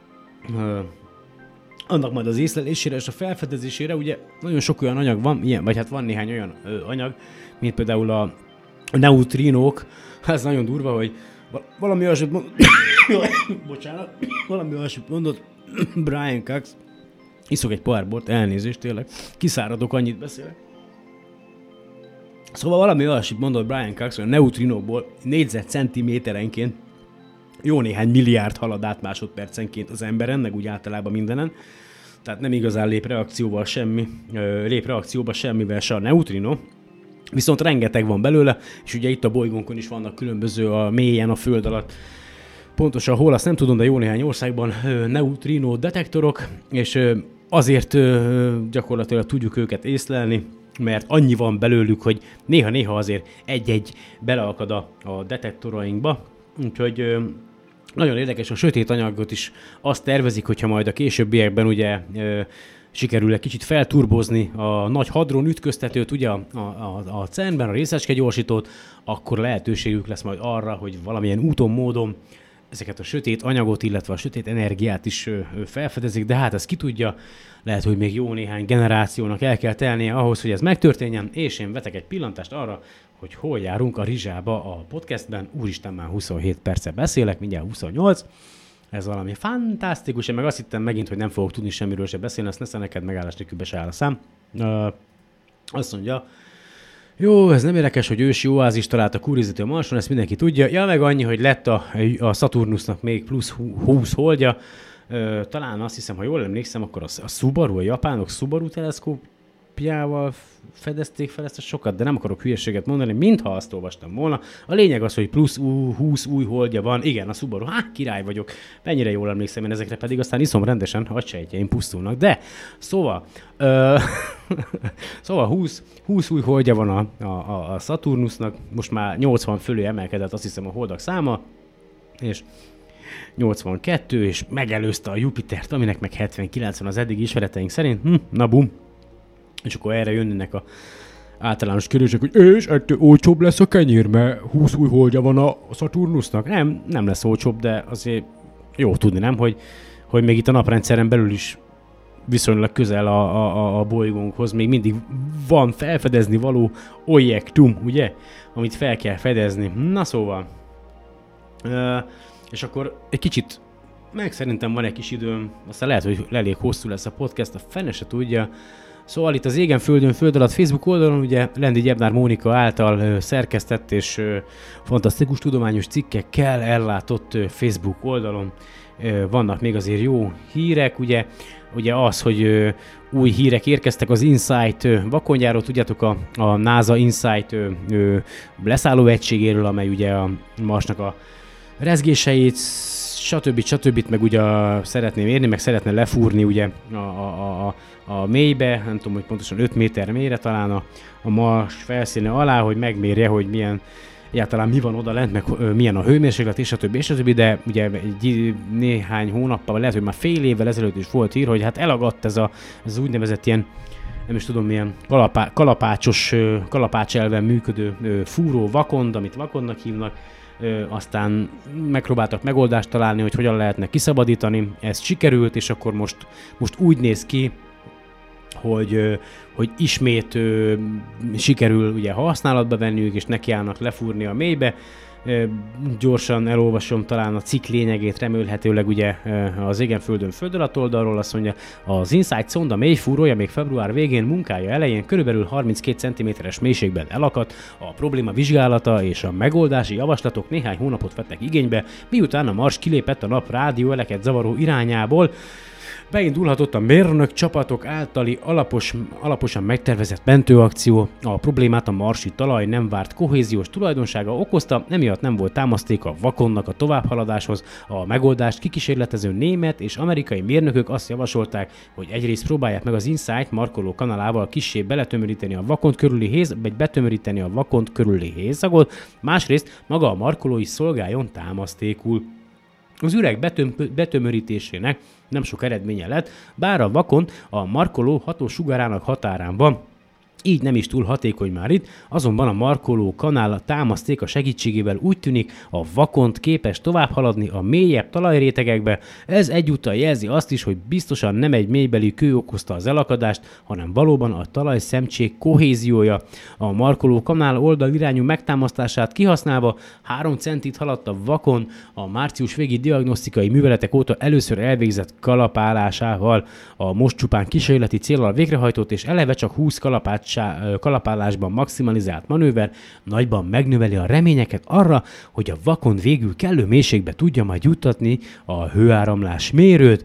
Speaker 1: annak majd az észlelésére és a felfedezésére, ugye nagyon sok olyan anyag van, ilyen, vagy hát van néhány olyan ö, anyag, mint például a neutrinók. Ez nagyon durva, hogy valami olyasmit mondott, bocsánat, valami olyasmit mondott Brian Cox. Iszok egy pohár bort, elnézést tényleg, kiszáradok, annyit beszélek. Szóval valami olyasmit mondott Brian Cox, hogy a neutrinókból négyzetcentiméterenként jó néhány milliárd halad át másodpercenként az emberen, meg úgy általában mindenen. Tehát nem igazán lép reakcióval semmi, lép reakcióba semmivel se a neutrinó. Viszont rengeteg van belőle, és ugye itt a bolygónkon is vannak különböző a mélyen, a föld alatt. Pontosan hol, azt nem tudom, de jó néhány országban neutrino detektorok, és azért gyakorlatilag tudjuk őket észlelni, mert annyi van belőlük, hogy néha-néha azért egy-egy beleakad a, a detektorainkba. Úgyhogy nagyon érdekes, a sötét anyagot is azt tervezik, hogyha majd a későbbiekben ugye sikerül egy kicsit felturbozni a nagy hadron ütköztetőt, ugye a, a, a cernben, a részecskegyorsítót, akkor lehetőségük lesz majd arra, hogy valamilyen úton, módon ezeket a sötét anyagot, illetve a sötét energiát is felfedezik, de hát ez ki tudja, lehet, hogy még jó néhány generációnak el kell telnie ahhoz, hogy ez megtörténjen, és én vetek egy pillantást arra, hogy hol járunk a rizsába a podcastben. Úristen, már huszonhét perce beszélek, mindjárt huszonnyolc. Ez valami fantasztikus, én meg azt hittem megint, hogy nem fogok tudni semmiről se beszélni, azt nesze neked megállás nélkül be se áll a szám. Uh, azt mondja, jó, ez nem érdekes, hogy ősi oázis talált a Curiosity a Marson, ezt mindenki tudja. Ja, meg annyi, hogy lett a, a Saturnusnak még plusz húsz holdja. Uh, talán azt hiszem, ha jól emlékszem, akkor a, a Subaru, a japánok Subaru teleszkópjával fedezték fel ezt a sokat, de nem akarok hülyeséget mondani, mintha azt olvastam volna. A lényeg az, hogy plusz húsz új holdja van. Igen, a Subaru, hát király vagyok. Mennyire jól emlékszem én ezekre, pedig aztán iszom rendesen, agysejtjeim pusztulnak. De, szóval, ö, szóval húsz, húsz új holdja van a, a, a Saturnusnak, most már nyolcvan fölé emelkedett, azt hiszem, a holdak száma, és nyolcvankettő, és megelőzte a Jupitert, aminek meg hetven-kilencven az eddigi ismereteink szerint. Hm, na bum. És akkor erre jönnek a általános kérdések, hogy és ettől olcsóbb lesz a kenyér, mert húsz új holdja van a Saturnusnak. Nem, nem lesz olcsóbb, de azért jó tudni, nem, hogy, hogy még itt a naprendszeren belül is viszonylag közel a, a, a bolygónkhoz még mindig van felfedezni való objektum, ugye, amit fel kell fedezni. Na szóval. Uh, és akkor egy kicsit, meg szerintem van egy kis időm, aztán lehet, hogy elég hosszú lesz a podcast, a fene se tudja. Szóval itt az Égen, Földön, Föld alatt Facebook oldalon ugye Lendi Gyebnár Mónika által ö, szerkesztett és ö, fantasztikus tudományos cikkekkel ellátott ö, Facebook oldalon ö, vannak még azért jó hírek, ugye, ugye az, hogy ö, új hírek érkeztek az InSight ö, vakonjáról, tudjátok a, a NASA InSight ö, ö, leszálló egységéről, amely ugye a Marsnak a rezgéseit, stb. stb. Meg ugye szeretné mérni, meg szeretne lefúrni ugye a, a, a, a mélybe, nem tudom, hogy pontosan öt méter mélyre talán a, a Mars felszíne alá, hogy megmérje, hogy milyen egyáltalán mi van oda lent, meg ö, milyen a hőmérséklet, és a többi, és a többi, de ugye egy néhány hónappal, vagy lehet, hogy már fél évvel ezelőtt is volt hír, hogy hát elagadt ez, a, ez az úgynevezett ilyen, nem is tudom milyen kalapá, kalapácsos, kalapács elven működő fúró vakond, amit vakondnak hívnak, Ö, aztán megpróbáltak megoldást találni, hogy hogyan lehetne kiszabadítani, ez sikerült, és akkor most, most úgy néz ki, hogy, ö, hogy ismét ö, sikerül ugye használatba venniük, és nekiállnak lefúrni a mélybe. Ö, gyorsan elolvasom talán a cikk lényegét, remélhetőleg ugye az égen földön föld alatt oldalról azt mondja, az Insight szonda mélyfúrója még február végén munkája elején körülbelül harminckét centiméteres mélységben elakadt, a probléma vizsgálata és a megoldási javaslatok néhány hónapot vettek igénybe, miután a Mars kilépett a nap rádióeleket zavaró irányából. Beindulhatott a mérnök csapatok általi alapos, alaposan megtervezett mentőakció. A problémát a marsi talaj nem várt kohéziós tulajdonsága okozta, emiatt nem volt támaszték a vakonnak a továbbhaladáshoz. A megoldást kikísérletező német és amerikai mérnökök azt javasolták, hogy egyrészt próbálják meg az Insight markoló kanalával kissé beletömöríteni a vakond körüli héz, vagy betömöríteni a vakond körüli hézagot, másrészt maga a markoló is szolgáljon támasztékul. Az üreg betöm- betömörítésének nem sok eredménye lett, bár a vakon a markoló hatósugarának határán van, így nem is túl hatékony már itt, azonban a markoló kanál támasztéka segítségével úgy tűnik, a vakont képes tovább haladni a mélyebb talajrétegekbe. Ez egyúttal jelzi azt is, hogy biztosan nem egy mélybeli kő okozta az elakadást, hanem valóban a talajszemcsék kohéziója. A markoló kanál oldalirányú megtámasztását kihasználva három centit haladt a vakon a március végi diagnosztikai műveletek óta először elvégzett kalapálásával. A most csupán kísérleti céllal végrehajtott és eleve csak húsz kalapát kalapálásban maximalizált manőver nagyban megnöveli a reményeket arra, hogy a vakon végül kellő mélységbe tudja majd juttatni a hőáramlás mérőt.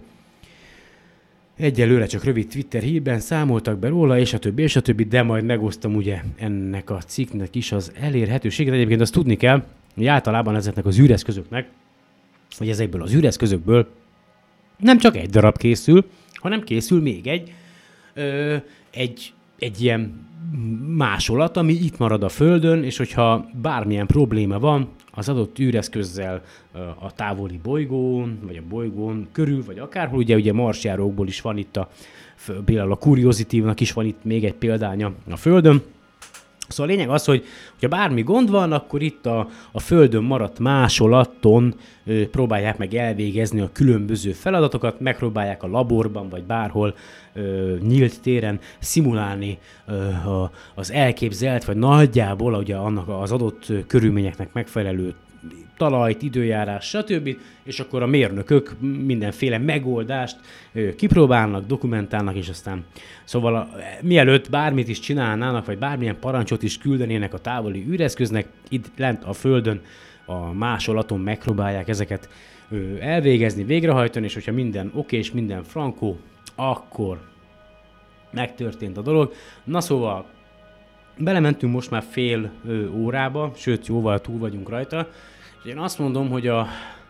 Speaker 1: Egyelőre csak rövid Twitter hírben számoltak be róla, és a többi, és a többi, de majd megosztom ugye ennek a cikknek is az elérhetőséget. Egyébként azt tudni kell, hogy általában ezeknek az űreszközöknek, vagy ezekből az űreszközökből nem csak egy darab készül, hanem készül még egy, ö, egy egy ilyen másolat, ami itt marad a Földön, és hogyha bármilyen probléma van az adott űreszközzel a távoli bolygón, vagy a bolygón körül, vagy akárhol, ugye, ugye marsjárókból is van itt a, például a Curiosity-nak is van itt még egy példánya a Földön. Szóval a lényeg az, hogy ha bármi gond van, akkor itt a, a Földön maradt másolaton ö, próbálják meg elvégezni a különböző feladatokat, megpróbálják a laborban, vagy bárhol ö, nyílt téren szimulálni ö, a, az elképzelt, vagy nagyjából ugye annak az adott ö, körülményeknek megfelelő talajt, időjárás, stb. És akkor a mérnökök mindenféle megoldást ö, kipróbálnak, dokumentálnak, és aztán szóval a, mielőtt bármit is csinálnának, vagy bármilyen parancsot is küldenének a távoli űreszköznek, itt lent a Földön, a másolaton megpróbálják ezeket ö, elvégezni, végrehajtani, és hogyha minden oké, és minden frankó, akkor megtörtént a dolog. Na szóval belementünk most már fél ö, órába, sőt jóval túl vagyunk rajta, és én azt mondom, hogy a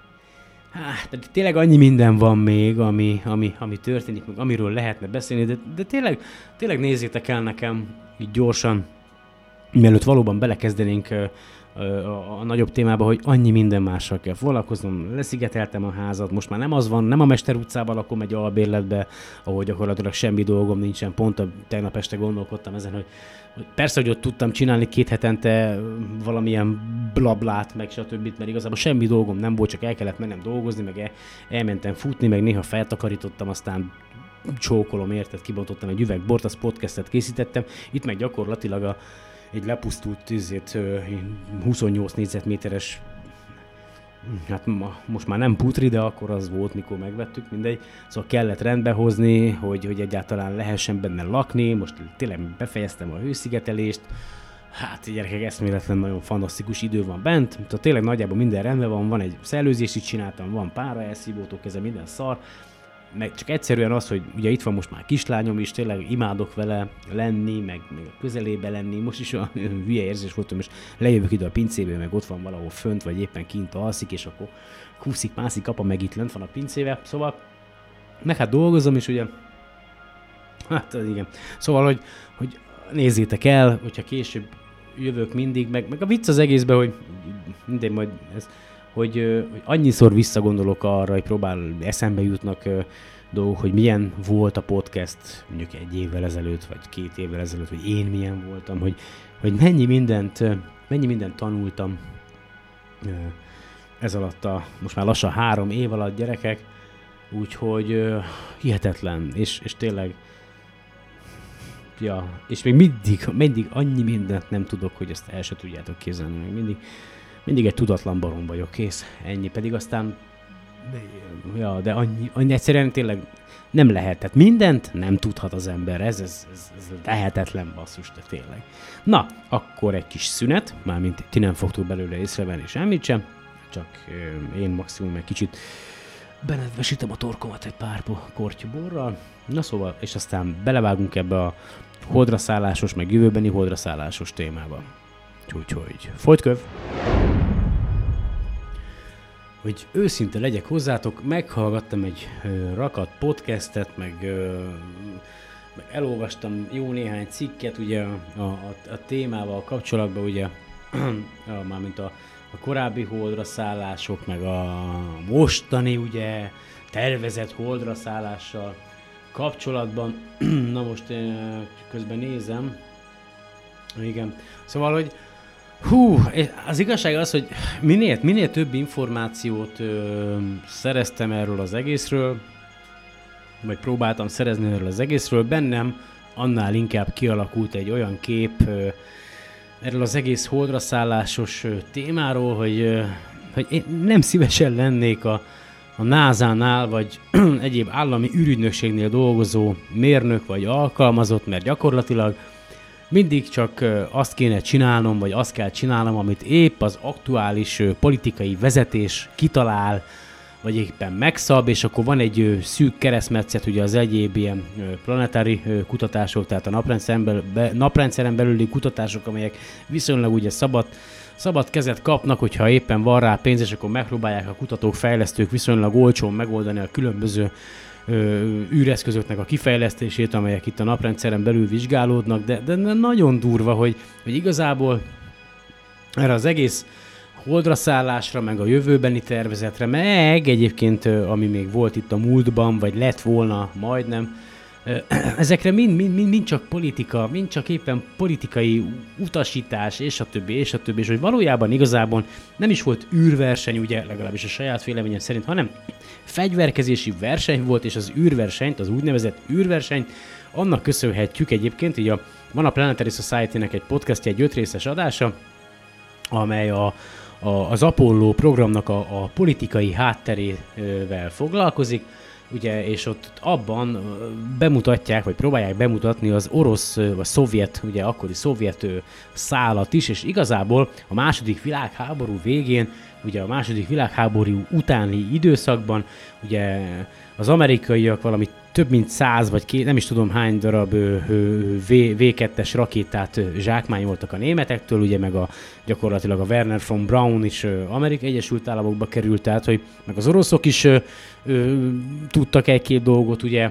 Speaker 1: hát, tényleg annyi minden van még, ami, ami, ami történik, meg amiről lehetne beszélni, de, de tényleg, tényleg nézzétek el nekem így gyorsan, mielőtt valóban belekezdenénk ö, ö, a, a nagyobb témába, hogy annyi minden mással kell foglalkoznom. Leszigeteltem a házat, most már nem az van, nem a Mester utcában lakom egy albérletbe, ahol gyakorlatilag semmi dolgom nincsen, pont a tegnap este gondolkodtam ezen, hogy persze, hogy ott tudtam csinálni két hetente valamilyen blablát, meg stb., mert igazából semmi dolgom nem volt, csak el kellett mennem dolgozni, meg el, elmentem futni, meg néha feltakarítottam, aztán csókolom, érted, kibontottam egy üveg bort, az podcastet készítettem. Itt meg gyakorlatilag a, egy lepusztult tűzét, huszonnyolc négyzetméteres, hát ma, most már nem putri, de akkor az volt, mikor megvettük, mindegy. Szóval kellett rendbe hozni, hogy, hogy egyáltalán lehessen benne lakni. Most tényleg befejeztem a hőszigetelést. Hát gyerekek, eszméletlen, nagyon fantasztikus idő van bent. Tehát tényleg nagyjából minden rendben van, van egy szellőzést is csináltam, van pára elszívótok, ez minden szar. Meg csak egyszerűen az, hogy ugye itt van most már kislányom is, tényleg imádok vele lenni, meg, meg a közelébe lenni. Most is olyan hülye érzés voltam, és lejövök ide a pincébe, meg ott van valahol fönt, vagy éppen kint alszik, és akkor kúszik, mászik, apa meg itt lent van a pincébe. Szóval, meg hát dolgozom, és ugye, hát igen. Szóval, hogy, hogy nézzétek el, hogyha később jövök mindig, meg, meg a vicc az egészben, hogy mindegy, majd ez, hogy, hogy annyiszor visszagondolok arra, hogy próbál eszembe jutnak dolgok, hogy milyen volt a podcast mondjuk egy évvel ezelőtt, vagy két évvel ezelőtt, hogy én milyen voltam, hogy, hogy mennyi mindent, mennyi mindent tanultam ez alatt a, most már lassan három év alatt, gyerekek, úgyhogy hihetetlen, és, és tényleg ja, és még mindig, mindig annyi mindent nem tudok, hogy ezt el se tudjátok képzelni, még mindig, mindig egy tudatlan barom vagyok, kész, ennyi, pedig aztán ja, de annyi, annyi egyszerűen tényleg nem lehet. Tehát mindent nem tudhat az ember. Ez, ez, ez, ez lehetetlen basszus, de tényleg. Na, akkor egy kis szünet, mármint ti nem fogtok belőle észrevenni semmit sem, csak euh, én maximum egy kicsit benedvesítem a torkomat egy pár korty borral. Na szóval, és aztán belevágunk ebbe a holdraszállásos, meg jövőbeni holdraszállásos témába. Úgyhogy folytköv! Hogy őszinte legyek hozzátok, meghallgattam egy ö, rakat podcastet, meg, ö, meg elolvastam jó néhány cikket ugye a, a, a témával kapcsolatban, ugye a, mármint a, a korábbi holdra szállások, meg a mostani ugye tervezett holdra szállással kapcsolatban. Na most ö, közben nézem. Igen. Szóval, hogy hú, az igazság az, hogy minél, minél több információt ö, szereztem erről az egészről, vagy próbáltam szerezni erről az egészről, bennem annál inkább kialakult egy olyan kép ö, erről az egész holdra szállásos ö, témáról, hogy, ö, hogy én nem szívesen lennék a, a názánál, vagy egyéb állami űrügynökségnél dolgozó mérnök vagy alkalmazott, mert gyakorlatilag mindig csak azt kéne csinálnom, vagy azt kell csinálnom, amit épp az aktuális politikai vezetés kitalál, vagy éppen megszab, és akkor van egy szűk keresztmetszet, ugye az egyéb ilyen planetári kutatások, tehát a naprendszeren, belül, be, naprendszeren belüli kutatások, amelyek viszonylag ugye szabad, szabad kezet kapnak, hogyha éppen van rá pénz, és akkor megpróbálják a kutatók, fejlesztők viszonylag olcsón megoldani a különböző űreszközöknek a kifejlesztését, amelyek itt a naprendszeren belül vizsgálódnak, de, de nagyon durva, hogy, hogy igazából erre az egész holdra szállásra, meg a jövőbeni tervezetre, meg egyébként, ami még volt itt a múltban, vagy lett volna majdnem, ezekre mind, mind, mind, mind csak politika, mind csak éppen politikai utasítás, és a többi, és a többi, és hogy valójában igazából nem is volt űrverseny, ugye, legalábbis a saját véleményem szerint, hanem fegyverkezési verseny volt, és az űrversenyt, az úgynevezett űrversenyt, annak köszönhetjük egyébként, így a, van a Planetary Society-nek egy podcastja, egy ötrészes adása, amely a, a, az Apollo programnak a, a politikai hátterével foglalkozik, ugye, és ott abban bemutatják, vagy próbálják bemutatni az orosz, vagy szovjet, ugye akkori szovjet szálat is, és igazából a második világháború végén, ugye a második világháború utáni időszakban, ugye az amerikaiak valami több mint száz, vagy két, nem is tudom hány darab vé kettes rakétát zsákmányoltak a németektől, ugye meg a, gyakorlatilag a Werner von Braun is Amerikai Egyesült Államokba került, tehát hogy meg az oroszok is ö, ö, tudtak egy-két dolgot ugye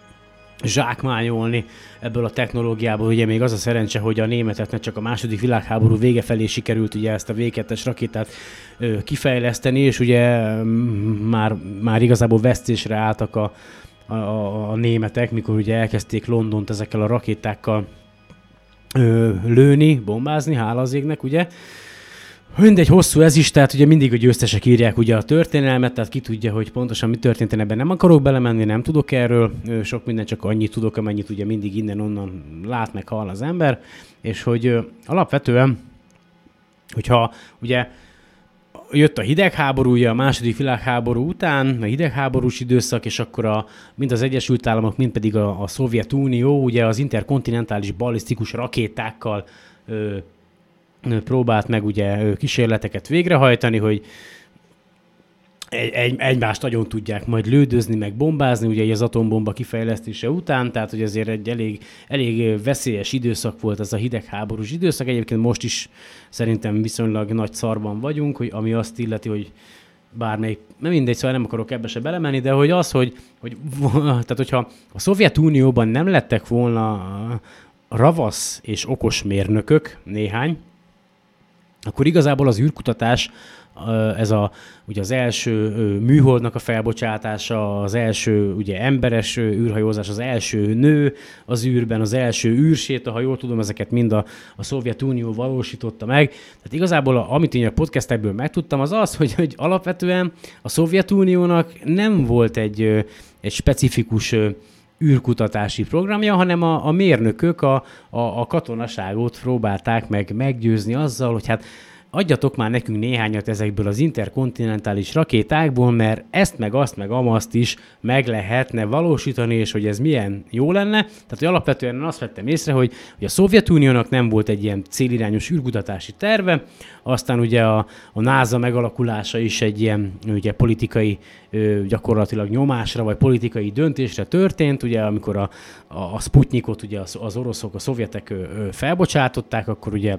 Speaker 1: zsákmányolni ebből a technológiából. Ugye még az a szerencse, hogy a németeknek csak a második világháború vége felé sikerült ugye ezt a vé kettes rakétát ö, kifejleszteni, és ugye már, már igazából vesztésre álltak a A, a, a németek, mikor ugye elkezdték Londont ezekkel a rakétákkal ö, lőni, bombázni, hála az égnek, ugye. Mindegy, hosszú ez is, tehát ugye mindig a győztesek írják ugye a történelmet, tehát ki tudja, hogy pontosan mi történt, én ebben nem akarok belemenni, nem tudok erről, ö, sok minden, csak annyit tudok, amennyit ugye mindig innen-onnan lát meg hall az ember, és hogy ö, alapvetően, hogyha ugye jött a hidegháború, ugye a második világháború után, a hidegháborús időszak, és akkor a, mind az Egyesült Államok, mind pedig a, a Szovjetunió ugye az interkontinentális ballisztikus rakétákkal ö, ö, próbált meg ugye ö, kísérleteket végrehajtani, hogy egy, egy, egymást nagyon tudják majd lődözni, meg bombázni, ugye az atombomba kifejlesztése után, tehát hogy azért egy elég, elég veszélyes időszak volt ez a hidegháborús időszak. Egyébként most is szerintem viszonylag nagy szarban vagyunk, hogy ami azt illeti, hogy bármelyik, nem mindegy, szóval nem akarok ebbe se belemenni, de hogy az, hogy, hogy tehát hogyha a Szovjetunióban nem lettek volna ravasz és okos mérnökök, néhány, akkor igazából az űrkutatás, ez a, ugye az első műholdnak a felbocsátása, az első ugye emberes űrhajózás, az első nő az űrben, az első űrséta, ha jól tudom, ezeket mind a, a Szovjetunió valósította meg. Tehát igazából, a, amit én a podcastekből megtudtam, az az, hogy, hogy alapvetően a Szovjetuniónak nem volt egy, egy specifikus űrkutatási programja, hanem a, a mérnökök a, a, a katonaságot próbálták meg meggyőzni azzal, hogy hát adjatok már nekünk néhányat ezekből az interkontinentális rakétákból, mert ezt meg azt meg amaszt is meg lehetne valósítani, és hogy ez milyen jó lenne. Tehát, hogy alapvetően azt vettem észre, hogy, hogy a Szovjetuniónak nem volt egy ilyen célirányos űrkutatási terve, aztán ugye a, a NASA megalakulása is egy ilyen ugye, politikai ö, gyakorlatilag nyomásra, vagy politikai döntésre történt, ugye amikor a, a, a Sputnikot ugye az, az oroszok, a szovjetek ö, ö, felbocsátották, akkor ugye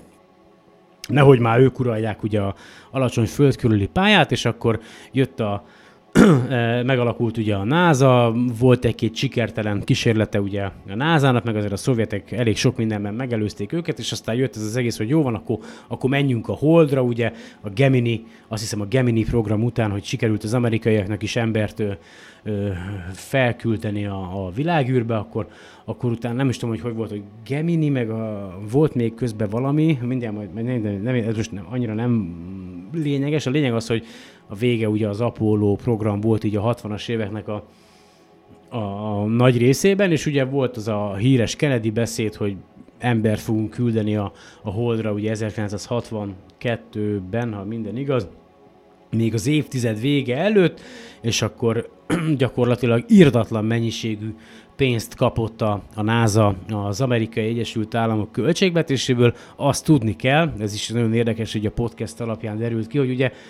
Speaker 1: nehogy már ők uralják ugye a alacsony föld körüli pályát, és akkor jött a, megalakult ugye a NASA, volt egy-két sikertelen kísérlete ugye a nászának, meg azért a szovjetek elég sok mindenben megelőzték őket, és aztán jött ez az egész, hogy jó van, akkor, akkor menjünk a Holdra, ugye a Gemini, azt hiszem a Gemini program után, hogy sikerült az amerikaiaknak is embert ö, ö, felküldeni a, a világűrbe, akkor, akkor utána nem is tudom, hogy hogy volt, hogy Gemini, meg a, volt még közben valami, mindjárt majd, nem, nem, nem, ez most nem, annyira nem lényeges, a lényeg az, hogy a vége ugye az Apollo program volt így a hatvanas éveknek a, a, a nagy részében, és ugye volt az a híres Kennedy beszéd, hogy embert fogunk küldeni a, a Holdra ugye ezerkilencszázhatvankettőben, ha minden igaz, még az évtized vége előtt, és akkor gyakorlatilag irdatlan mennyiségű pénzt kapott a, a NASA az Amerikai Egyesült Államok költségvetéséből. Azt tudni kell, ez is nagyon érdekes, hogy a podcast alapján derült ki, hogy ugye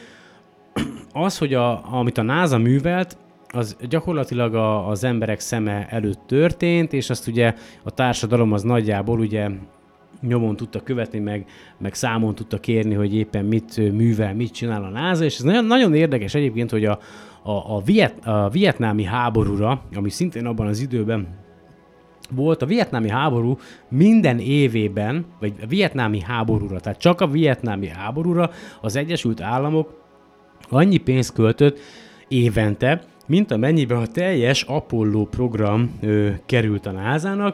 Speaker 1: az, hogy a, amit a NASA művelt, az gyakorlatilag a, az emberek szeme előtt történt, és azt ugye a társadalom az nagyjából ugye nyomon tudta követni, meg, meg számon tudta kérni, hogy éppen mit művel, mit csinál a NASA, és ez nagyon, nagyon érdekes egyébként, hogy a, a, a, viet, a vietnámi háborúra, ami szintén abban az időben volt, a vietnámi háború minden évében, vagy a vietnámi háborúra, tehát csak a vietnámi háborúra az Egyesült Államok annyi pénzt költött évente, mint amennyiben a teljes Apollo program ö, került a nászának,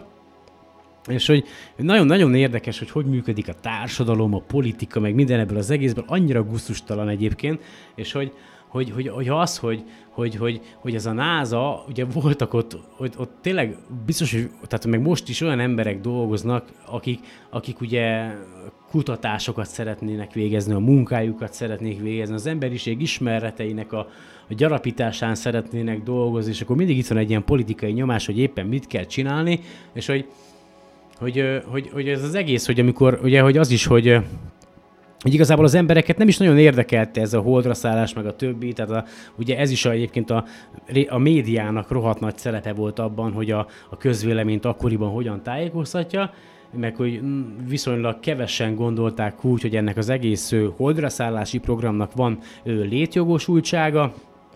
Speaker 1: és hogy nagyon-nagyon érdekes, hogy hogy működik a társadalom, a politika, meg minden ebből az egészből, annyira gusztustalan egyébként, és hogy, hogy, hogy, hogy az, hogy, hogy, hogy, hogy ez a NASA, ugye voltak ott, hogy ott tényleg biztos, hogy tehát meg most is olyan emberek dolgoznak, akik, akik ugye kutatásokat szeretnének végezni, a munkájukat szeretnék végezni, az emberiség ismereteinek a, a gyarapításán szeretnének dolgozni, és akkor mindig itt van egy ilyen politikai nyomás, hogy éppen mit kell csinálni, és hogy, hogy, hogy, hogy ez az egész, hogy amikor, ugye, hogy az is, hogy hogy igazából az embereket nem is nagyon érdekelte ez a holdra szállás, meg a többi, tehát a, ugye ez is a, egyébként a, a médiának rohadt nagy szerepe volt abban, hogy a, a közvéleményt akkoriban hogyan tájékoztatja, meg hogy viszonylag kevesen gondolták úgy, hogy ennek az egész holdra szállási programnak van létjogosultsága,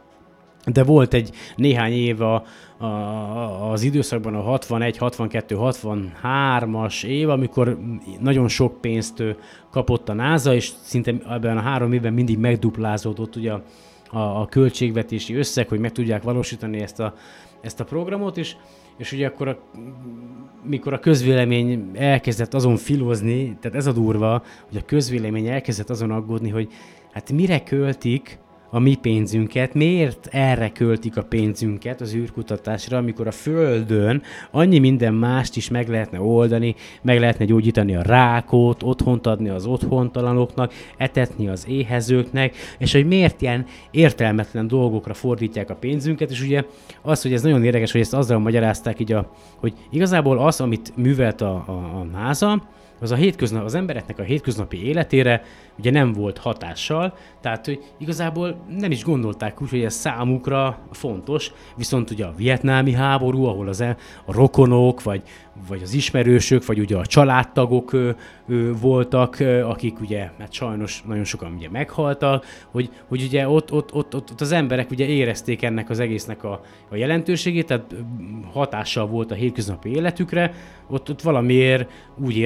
Speaker 1: de volt egy néhány év a, a, az időszakban a hatvanegy, hatvankettő, hatvanhármas év, amikor nagyon sok pénzt kapott a NASA, és szinte ebben a három évben mindig megduplázódott ugye a, a, a költségvetési összeg, hogy meg tudják valósítani ezt a, ezt a programot, és, és ugye akkor, a, mikor a közvélemény elkezdett azon filozni, tehát ez a durva, hogy a közvélemény elkezdett azon aggódni, hogy hát mire költik a mi pénzünket, miért erre költik a pénzünket az űrkutatásra, amikor a Földön annyi minden mást is meg lehetne oldani, meg lehetne gyógyítani a rákot, otthont adni az otthontalanoknak, etetni az éhezőknek, és hogy miért ilyen értelmetlen dolgokra fordítják a pénzünket, és ugye az, hogy ez nagyon érdekes, hogy ezt azzal magyarázták így, a, hogy igazából az, amit művelt a, a, a NASA, az a hétköznap, az embereknek a hétköznapi életére ugye nem volt hatással, tehát hogy igazából nem is gondolták úgy, hogy ez számukra fontos, viszont ugye a vietnámi háború, ahol az el, a rokonok, vagy, vagy az ismerősök, vagy ugye a családtagok ö, ö, voltak, ö, akik ugye, hát sajnos nagyon sokan ugye meghaltak, hogy, hogy ugye ott, ott, ott, ott, ott az emberek ugye érezték ennek az egésznek a, a jelentőségét, tehát hatással volt a hétköznapi életükre, ott, ott valamiért úgy érezték, hogy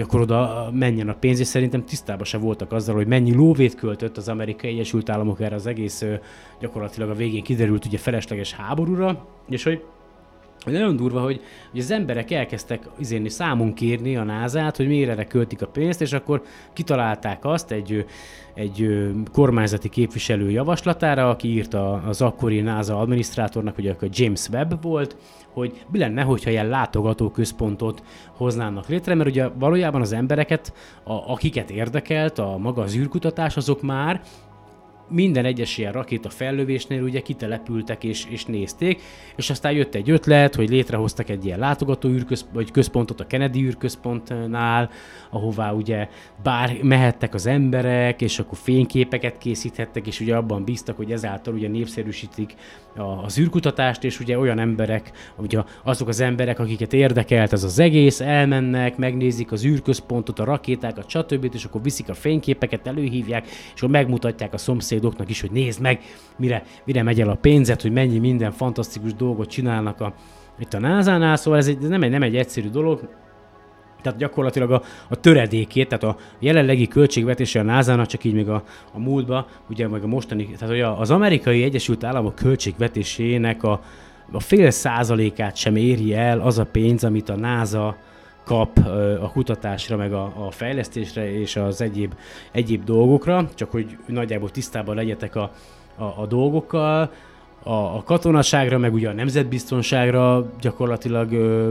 Speaker 1: akkor oda menjen a pénz, és szerintem tisztában se voltak azzal, hogy mennyi lóvét költött az Amerikai Egyesült Államok erre az egész gyakorlatilag a végén kiderült ugye felesleges háborúra, és hogy nagyon durva, hogy, hogy az emberek elkezdtek izénni, számon kérni a názát, hogy miért erre költik a pénzt, és akkor kitalálták azt egy, egy kormányzati képviselő javaslatára, aki írta az akkori NASA adminisztrátornak, ugye akkor James Webb volt, hogy mi lenne, hogyha ilyen látogatóközpontot hoznának létre, mert ugye valójában az embereket, a, akiket érdekelt a maga az űrkutatás, azok már minden egyes ilyen rakéta fellövésnél ugye kitelepültek és, és nézték, és aztán jött egy ötlet, hogy létrehoztak egy ilyen látogató űrközpont, vagy központot a Kennedy űrközpontnál, ahová ugye bár mehettek az emberek, és akkor fényképeket készíthettek, és ugye abban bíztak, hogy ezáltal ugye népszerűsítik az űrkutatást, és ugye olyan emberek, ugye azok az emberek, akiket érdekelt ez az egész, elmennek, megnézik az űrközpontot, a rakétákat, stb., és akkor viszik a fényképeket, előhívják, és akkor megmutatják a szomszédoknak is, hogy nézd meg, mire, mire megy el a pénzet, hogy mennyi minden fantasztikus dolgot csinálnak a, itt a názánál, szóval ez, egy, ez nem, egy, nem egy egyszerű dolog. Tehát gyakorlatilag a, a töredékét, tehát a jelenlegi költségvetése a názának, csak így még a, a múltba, ugye meg a mostani, tehát hogy az Amerikai Egyesült Államok költségvetésének a, a fél százalékát sem éri el az a pénz, amit a NASA kap a kutatásra, meg a, a fejlesztésre és az egyéb, egyéb dolgokra, csak hogy nagyjából tisztában legyetek a, a, a dolgokkal. A, a katonaságra, meg ugye a nemzetbiztonságra gyakorlatilag ö,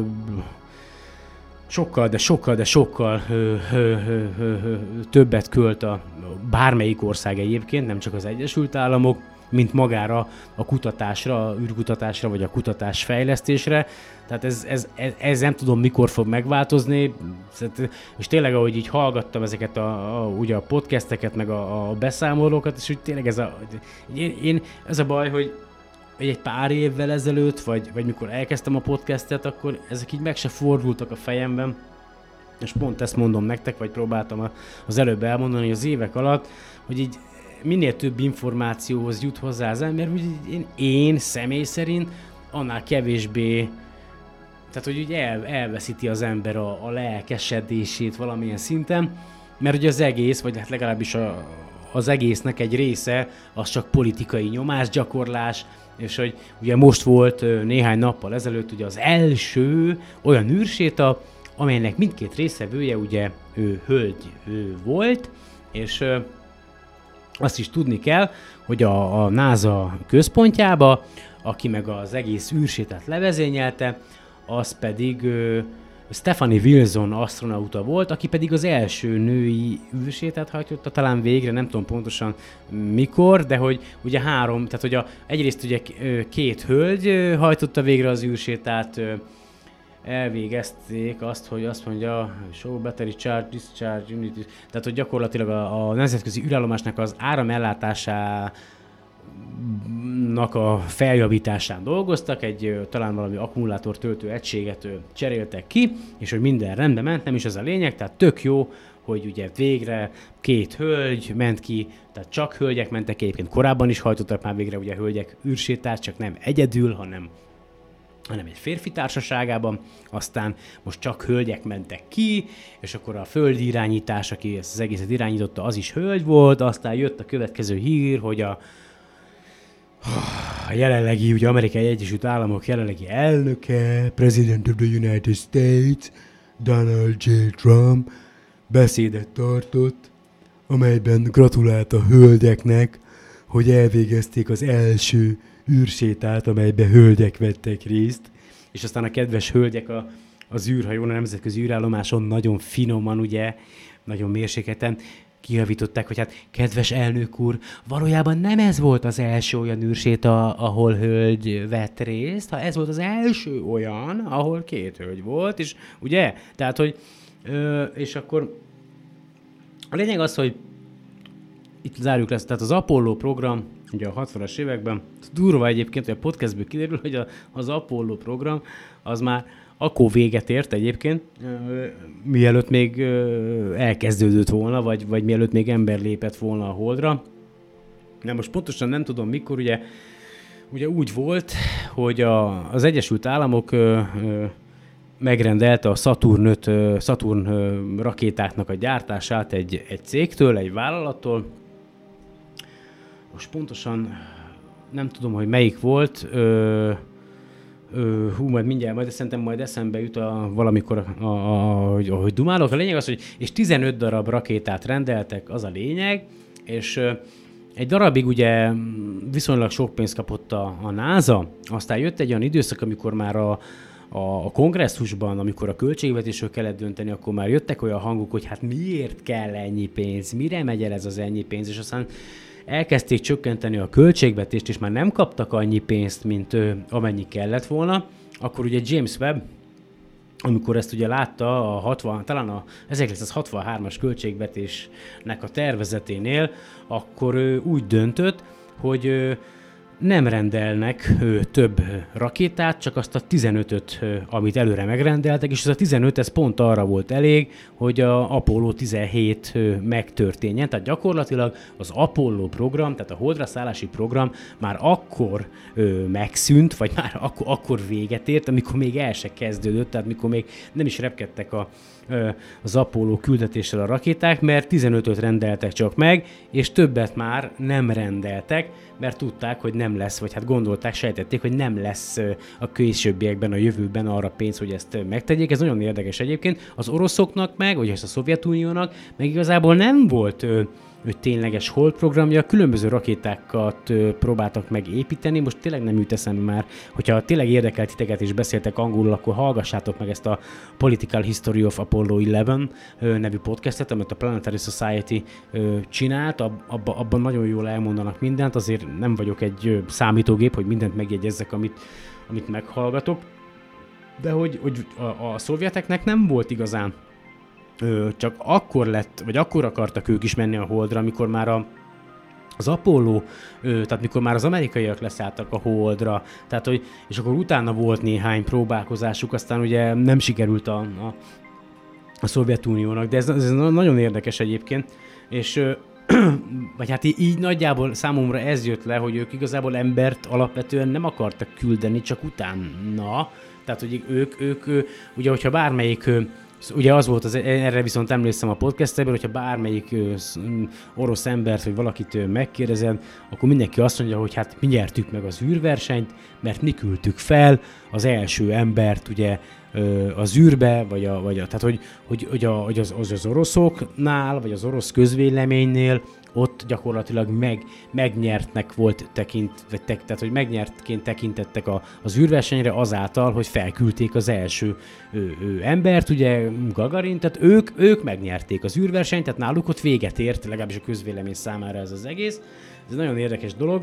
Speaker 1: sokkal, de sokkal, de sokkal ö, ö, ö, ö, ö, többet költ a bármelyik ország egyébként, nem csak az Egyesült Államok, mint magára a kutatásra, a űrkutatásra, vagy a kutatásfejlesztésre. Tehát ez, ez, ez, ez nem tudom mikor fog megváltozni, és tényleg ahogy így hallgattam ezeket a, a, ugye a podcasteket, meg a, a beszámolókat, és úgy tényleg ez a, én, én, ez a baj, hogy egy pár évvel ezelőtt, vagy, vagy mikor elkezdtem a podcastet, akkor ezek így meg se fordultak a fejemben, és pont ezt mondom nektek, vagy próbáltam az előbb elmondani, hogy az évek alatt, hogy így minél több információhoz jut hozzá az ember, hogy én, én személy szerint annál kevésbé, tehát hogy ugye el, elveszíti az ember a, a lelkesedését valamilyen szinten, mert ugye az egész, vagy hát legalábbis a, az egésznek egy része, az csak politikai nyomásgyakorlás, és hogy ugye most volt néhány nappal ezelőtt ugye az első olyan űrséta, amelynek mindkét részevője ugye ő hölgy ő volt, és azt is tudni kell, hogy a, a NASA központjába, aki meg az egész űrsétát levezényelte, az pedig ö, Stephanie Wilson asztronauta volt, aki pedig az első női űrsétát hajtotta, talán végre, nem tudom pontosan mikor, de hogy ugye három, tehát hogy a, egyrészt ugye két hölgy hajtotta végre az űrsétát, elvégezték azt, hogy azt mondja, show battery charge, discharge unit, tehát hogy gyakorlatilag a, a nemzetközi űrállomásnak az áramellátásának a feljavításán dolgoztak, egy talán valami akkumulátor töltő egységet cseréltek ki, és hogy minden rendben ment, nem is ez a lényeg, tehát tök jó, hogy ugye végre két hölgy ment ki, tehát csak hölgyek mentek ki, egyébként korábban is hajtottak már végre ugye hölgyek űrsétát, csak nem egyedül, hanem hanem egy férfi társaságában, aztán most csak hölgyek mentek ki, és akkor a földi irányítás, aki ezt az egészet irányította, az is hölgy volt, aztán jött a következő hír, hogy a, a jelenlegi, ugye Amerikai Egyesült Államok jelenlegi elnöke, President of the United States, Donald J. Trump beszédet tartott, amelyben gratulált a hölgyeknek, hogy elvégezték az első űrsétát, amelyben hölgyek vettek részt, és aztán a kedves hölgyek a, az űrhajón, a nemzetközi űrállomáson nagyon finoman, ugye, nagyon mérsékleten kijavították, hogy hát kedves elnök úr, valójában nem ez volt az első olyan űrséta, ahol hölgy vett részt, ha ez volt az első olyan, ahol két hölgy volt, és ugye, tehát, hogy ö, és akkor a lényeg az, hogy itt zárjuk lesz, tehát az Apollo program, ugye a hatvanas években, durva egyébként, hogy a podcastből kiderül, hogy a, az Apollo program az már akkor véget ért egyébként, mielőtt még elkezdődött volna, vagy, vagy mielőtt még ember lépett volna a Holdra. De most pontosan nem tudom mikor, ugye, ugye úgy volt, hogy a, az Egyesült Államok ö, ö, megrendelte a Saturn öt, Saturn rakétáknak a gyártását egy, egy cégtől, egy vállalattól. Most pontosan nem tudom, hogy melyik volt. Ö, ö, hú, majd mindjárt, majd szerintem majd eszembe jut a, valamikor, a, a, ahogy, ahogy dumálok. A lényeg az, hogy és tizenöt darab rakétát rendeltek, az a lényeg, és ö, egy darabig ugye viszonylag sok pénzt kapott a, a NASA, aztán jött egy olyan időszak, amikor már a A kongresszusban, amikor a költségvetésről kellett dönteni, akkor már jöttek olyan hangok, hogy hát miért kell ennyi pénz, mire megy el ez az ennyi pénz, és aztán elkezdték csökkenteni a költségvetést, és már nem kaptak annyi pénzt, mint ö, amennyi kellett volna. Akkor ugye James Webb, amikor ezt ugye látta a hatvan, talán a ezerkilencszázhatvanhármas költségvetésnek a tervezeténél, akkor ö, úgy döntött, hogy ö, nem rendelnek ö, több rakétát, csak azt a tizenötöt, ö, amit előre megrendeltek, és ez a tizenöt, ez pont arra volt elég, hogy a Apollo tizenhét ö, megtörténjen. Tehát gyakorlatilag az Apollo program, tehát a holdra szállási program már akkor ö, megszűnt, vagy már akkor, akkor véget ért, amikor még el se kezdődött, tehát mikor még nem is repkedtek a az Apollo küldetéssel a rakéták, mert tizenötöt rendeltek csak meg, és többet már nem rendeltek, mert tudták, hogy nem lesz, vagy hát gondolták, sejtették, hogy nem lesz a későbbiekben, a jövőben arra pénz, hogy ezt megtegyék. Ez nagyon érdekes egyébként. Az oroszoknak meg, vagy a Szovjetuniónak meg igazából nem volt hogy tényleges hold programja, különböző rakétákat ö, próbáltak meg építeni, most tényleg nem jut eszembe már, hogyha tényleg érdekelt titeket és beszéltek angolul, akkor hallgassátok meg ezt a Political History of Apollo tizenkettő ö, nevű podcastet, amit a Planetary Society ö, csinált, Ab, abba, abban nagyon jól elmondanak mindent, azért nem vagyok egy ö, számítógép, hogy mindent megjegyezzek, amit, amit meghallgatok, de hogy, hogy a, a szovjeteknek nem volt igazán Ö, csak akkor lett, vagy akkor akartak ők is menni a holdra, amikor már a, az Apollo, ö, tehát mikor már az amerikaiak leszálltak a holdra, tehát hogy, és akkor utána volt néhány próbálkozásuk, aztán ugye nem sikerült a, a, a Szovjetuniónak, de ez, ez nagyon érdekes egyébként, és ö, vagy hát így, így nagyjából számomra ez jött le, hogy ők igazából embert alapvetően nem akartak küldeni, csak utána, tehát hogy ők, ők ugye, hogyha bármelyik ugye az volt, az, erre viszont emlékszem a podcastben, hogyha bármelyik ö, orosz embert, vagy valakit ö, megkérdezed, akkor mindenki azt mondja, hogy hát mi nyertük meg az űrversenyt, mert mi küldtük fel az első embert ugye ö, az űrbe, vagy, a, vagy a, tehát hogy, hogy, hogy, a, hogy az, az, az oroszoknál, vagy az orosz közvéleménynél ott gyakorlatilag meg, megnyertnek volt tekint, vagy tek, tehát hogy megnyertként tekintettek a, az űrversenyre azáltal, hogy felküldték az első ő, ő, embert, ugye Gagarin, tehát ők, ők megnyerték az űrversenyt, tehát náluk ott véget ért, legalábbis a közvélemény számára ez az egész. Ez egy nagyon érdekes dolog,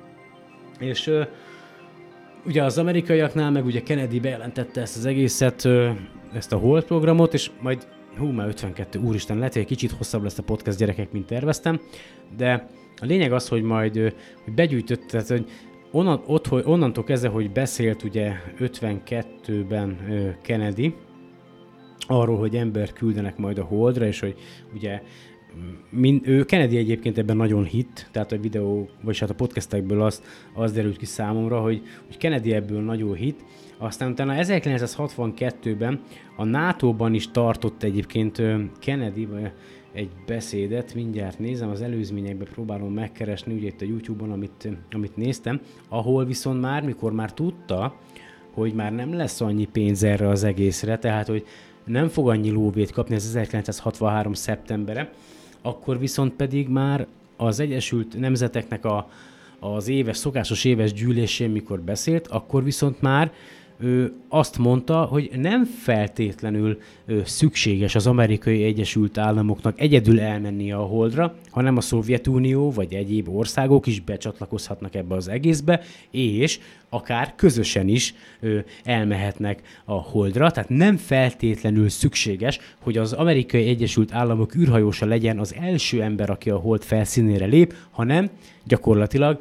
Speaker 1: és ö, ugye az amerikaiaknál meg ugye Kennedy bejelentette ezt az egészet, ö, ezt a Hold programot, és majd hú, már ötvenkettő, úristen, lehet, hogy egy kicsit hosszabb lesz a podcast, gyerekek, mint terveztem, de a lényeg az, hogy majd hogy begyűjtött, tehát hogy onnan, ott, hogy onnantól kezdve, hogy beszélt ugye ötvenkettőben Kennedy arról, hogy embert küldenek majd a Holdra, és hogy ugye mind, ő Kennedy egyébként ebben nagyon hitt, tehát a videó, vagy hát a podcastekből az, az derült ki számomra, hogy, hogy Kennedy ebből nagyon hitt. Aztán utána ezerkilencszázhatvankettőben a nátóban is tartott egyébként Kennedy egy beszédet, mindjárt nézem, az előzményekben próbálom megkeresni, ugye itt a YouTube-on, amit, amit néztem, ahol viszont már, mikor már tudta, hogy már nem lesz annyi pénz erre az egészre, tehát hogy nem fog annyi lóvét kapni az ezerkilencszázhatvanhárom szeptembere, akkor viszont pedig már az Egyesült Nemzeteknek a, az éves, szokásos éves gyűlésén, mikor beszélt, akkor viszont már ő azt mondta, hogy nem feltétlenül ő, szükséges az Amerikai Egyesült Államoknak egyedül elmennie a Holdra, hanem a Szovjetunió vagy egyéb országok is becsatlakozhatnak ebbe az egészbe, és akár közösen is ő, elmehetnek a Holdra. Tehát nem feltétlenül szükséges, hogy az Amerikai Egyesült Államok űrhajósa legyen az első ember, aki a Hold felszínére lép, hanem gyakorlatilag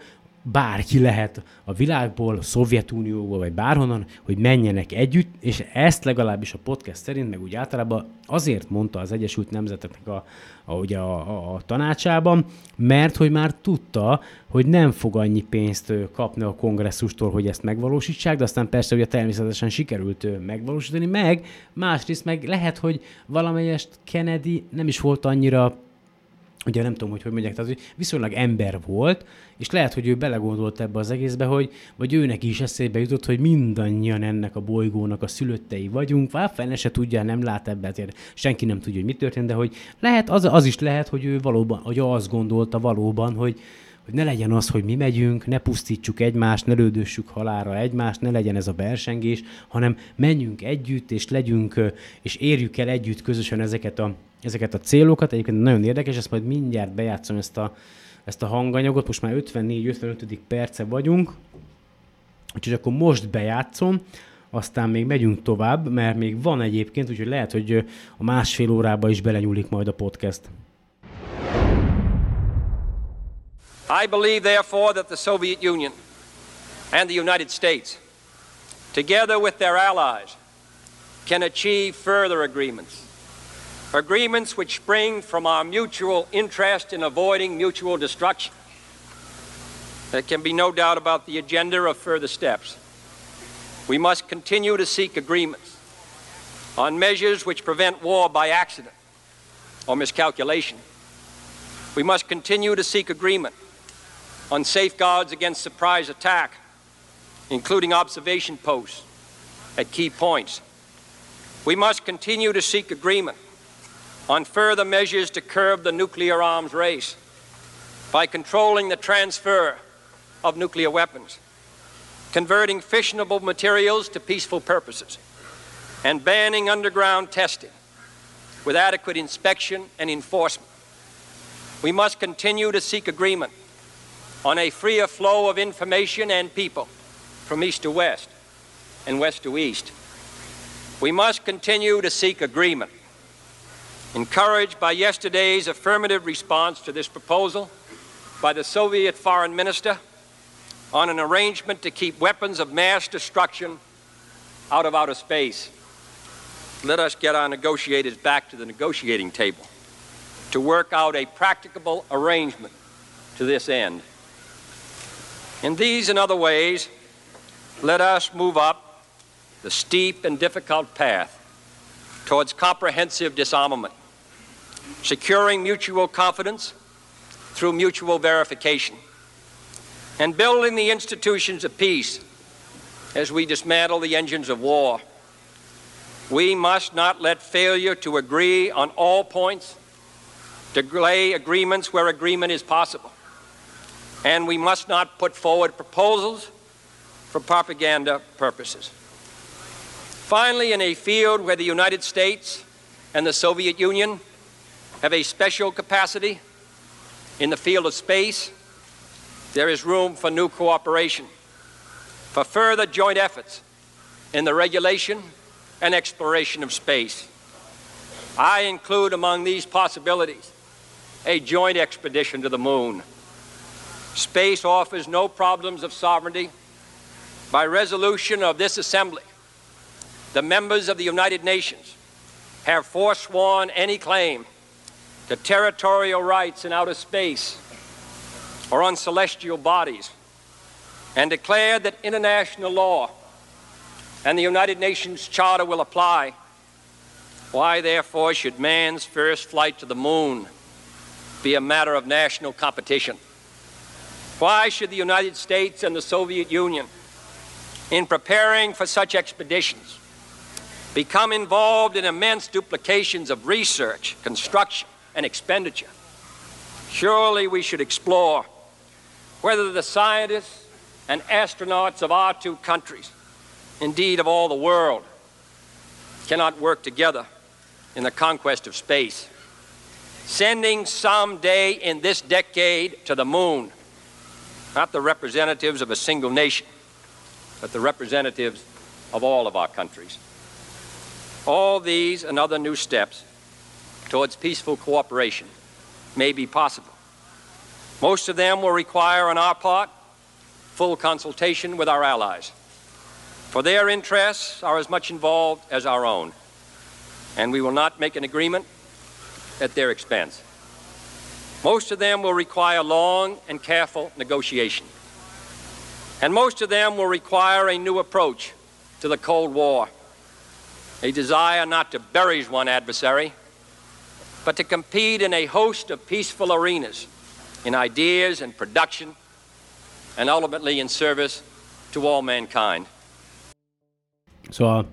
Speaker 1: bárki lehet a világból, a Szovjetunióból, vagy bárhonnan, hogy menjenek együtt, és ezt legalábbis a podcast szerint, meg úgy általában azért mondta az Egyesült Nemzeteknek a, a, ugye a, a, a tanácsában, mert hogy már tudta, hogy nem fog annyi pénzt kapni a kongresszustól, hogy ezt megvalósítsák, de aztán persze ugye természetesen sikerült megvalósítani, meg másrészt meg lehet, hogy valamelyest Kennedy nem is volt annyira, ugye nem tudom, hogy hogy mondják, tehát hogy viszonylag ember volt, és lehet, hogy ő belegondolt ebbe az egészbe, hogy vagy őnek is eszébe jutott, hogy mindannyian ennek a bolygónak a szülöttei vagyunk, vagy fene se tudja, nem lát ebbe, azért senki nem tudja, hogy mi történt, de hogy lehet, az, az is lehet, hogy ő valóban, hogy azt gondolta valóban, hogy, hogy ne legyen az, hogy mi megyünk, ne pusztítsuk egymást, ne lődössük halálra egymást, ne legyen ez a versengés, hanem menjünk együtt, és legyünk, és érjük el együtt közösen ezeket a ezeket a célokat. Egyébként nagyon érdekes, ezt majd mindjárt bejátszom ezt a, ezt a hanganyagot, most már ötvennégy ötvenöt perce vagyunk, úgyhogy akkor most bejátszom, aztán még megyünk tovább, mert még van egyébként, úgyhogy lehet, hogy a másfél órába is belenyúlik majd a podcast.
Speaker 4: I believe, therefore, that the Soviet Union and the United States, together with their allies, can achieve further agreements. Agreements which spring from our mutual interest in avoiding mutual destruction. There can be no doubt about the agenda of further steps. We must continue to seek agreements on measures which prevent war by accident or miscalculation. We must continue to seek agreement on safeguards against surprise attack, including observation posts at key points. We must continue to seek agreement on further measures to curb the nuclear arms race by controlling the transfer of nuclear weapons, converting fissionable materials to peaceful purposes, and banning underground testing with adequate inspection and enforcement. We must continue to seek agreement on a freer flow of information and people from east to west and west to east. We must continue to seek agreement, encouraged by yesterday's affirmative response to this proposal by the Soviet foreign minister on an arrangement to keep weapons of mass destruction out of outer space. Let us get our negotiators back to the negotiating table to work out a practicable arrangement to this end. In these and other ways, let us move up the steep and difficult path towards comprehensive disarmament, securing mutual confidence through mutual verification, and building the institutions of peace as we dismantle the engines of war. We must not let failure to agree on all points delay agreements where agreement is possible. And we must not put forward proposals for propaganda purposes. Finally, in a field where the United States and the Soviet Union have a special capacity, in the field of space, there is room for new cooperation, for further joint efforts in the regulation and exploration of space. I include among these possibilities a joint expedition to the moon. Space offers no problems of sovereignty. By resolution of this assembly, the members of the United Nations have forsworn any claim to territorial rights in outer space or on celestial bodies, and declared that international law and the United Nations Charter will apply. Why, therefore, should man's first flight to the moon be a matter of national competition? Why should the United States and the Soviet Union, in preparing for such expeditions, become involved in immense duplications of research, construction, and expenditure? Surely we should explore whether the scientists and astronauts of our two countries, indeed of all the world, cannot work together in the conquest of space, sending someday in this decade to the moon, not the representatives of a single nation, but the representatives of all of our countries. All these and other new steps towards peaceful cooperation may be possible. Most of them will require on our part full consultation with our allies. For their interests are as much involved as our own, and we will not make an agreement at their expense. Most of them will require long and careful negotiation, and most of them will require a new approach to the Cold War, a desire not to bury one adversary, but to compete in a host of peaceful arenas, in ideas and production, and ultimately in service to all mankind.
Speaker 1: Szóval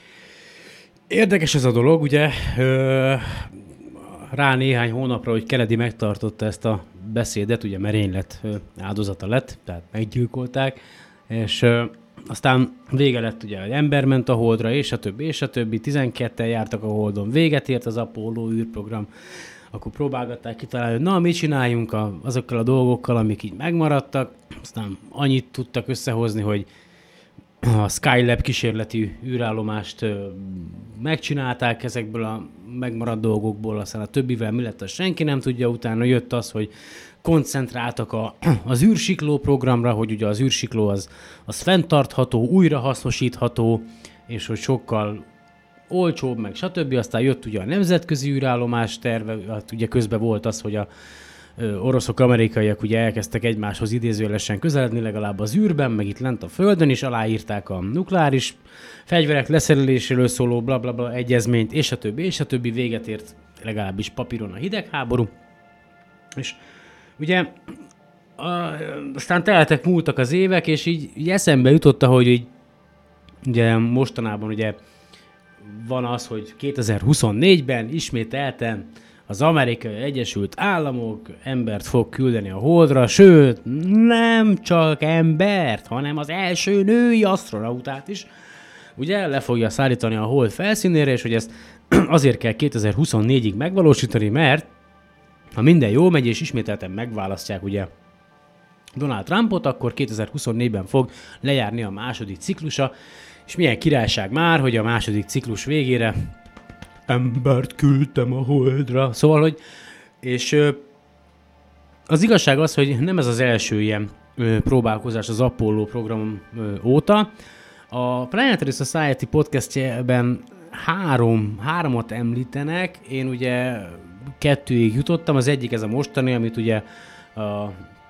Speaker 1: érdekes ez a dolog, ugye, ö, rá néhány hónapra, hogy Kennedy megtartotta ezt a beszédet, ugye merénylet áldozata lett, tehát meggyilkolták, és ö, aztán vége lett, ugye, egy ember ment a Holdra, és a többi, és a többi, tizenketten jártak a Holdon, véget ért az Apollo űrprogram, akkor próbálgatták kitalálni, hogy na, mit csináljunk a, azokkal a dolgokkal, amik így megmaradtak, aztán annyit tudtak összehozni, hogy a Skylab kísérleti űrállomást ö, megcsinálták ezekből a megmaradt dolgokból, aztán a többivel mi lett, azt senki nem tudja, utána jött az, hogy koncentráltak a, az űrsikló programra, hogy ugye az űrsikló az, az fenntartható, újrahasznosítható, és hogy sokkal olcsóbb, meg stb. Aztán jött ugye a nemzetközi űrállomás terve, hát ugye közben volt az, hogy a ö, oroszok, amerikaiak ugye elkezdtek egymáshoz idézőjelesen közeledni, legalább az űrben, meg itt lent a Földön is aláírták a nukleáris fegyverek leszereléséről szóló blablabla bla, bla, egyezményt, és a többi, és a többi, véget ért legalábbis papíron a hidegháború. És ugye a, aztán teltek, múltak az évek, és így, így eszembe jutott, hogy így, ugye mostanában ugye van az, hogy kétezer-huszonnégyben ismételten az Amerikai Egyesült Államok embert fog küldeni a Holdra, sőt, nem csak embert, hanem az első női asztronautát is. Ugye le fogja szállítani a Hold felszínére, és hogy ezt azért kell kétezer-huszonnégyig megvalósítani, mert ha minden jól megy, és ismételten megválasztják ugye Donald Trumpot, akkor kétezer-huszonnégyben fog lejárni a második ciklusa, és milyen királyság már, hogy a második ciklus végére embert küldtem a Holdra. Szóval, hogy és ö, az igazság az, hogy nem ez az első ilyen ö, próbálkozás az Apollo program ö, óta. A Planetary Society podcastjében három, háromot említenek, én ugye kettőig jutottam, az egyik ez a mostani, amit ugye a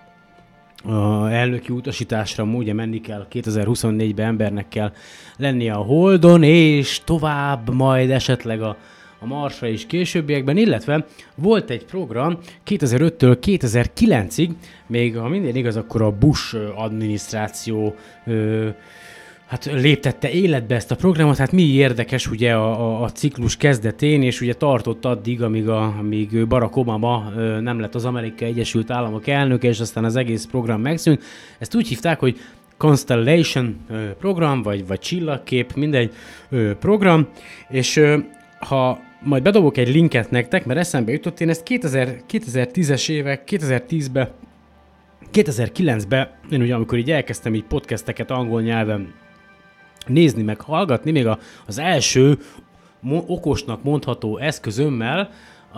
Speaker 1: a elnöki utasításra ugye menni kell, kétezer-huszonnégyben embernek kell lennie a Holdon, és tovább majd esetleg a, a Marsra is későbbiekben, illetve volt egy program kétezer-öttől kétezer-kilencig, még ha minden igaz, akkor a Bush adminisztráció ö, hát léptette életbe ezt a programot, hát mi érdekes ugye a, a, a ciklus kezdetén, és ugye tartott addig, amíg, a, amíg Barack Obama ö, nem lett az Amerikai Egyesült Államok elnöke, és aztán az egész program megszűnt. Ezt úgy hívták, hogy Constellation ö, program, vagy, vagy csillagkép, mindegy ö, program, és ö, ha majd bedobok egy linket nektek, mert eszembe jutott, én ezt kétezer, kétezer-tízes évek, kétezer-tízben, kétezer-kilencben, én ugye amikor így elkezdtem így podcasteket angol nyelven nézni, meg hallgatni, még a, az első mo- okosnak mondható eszközömmel,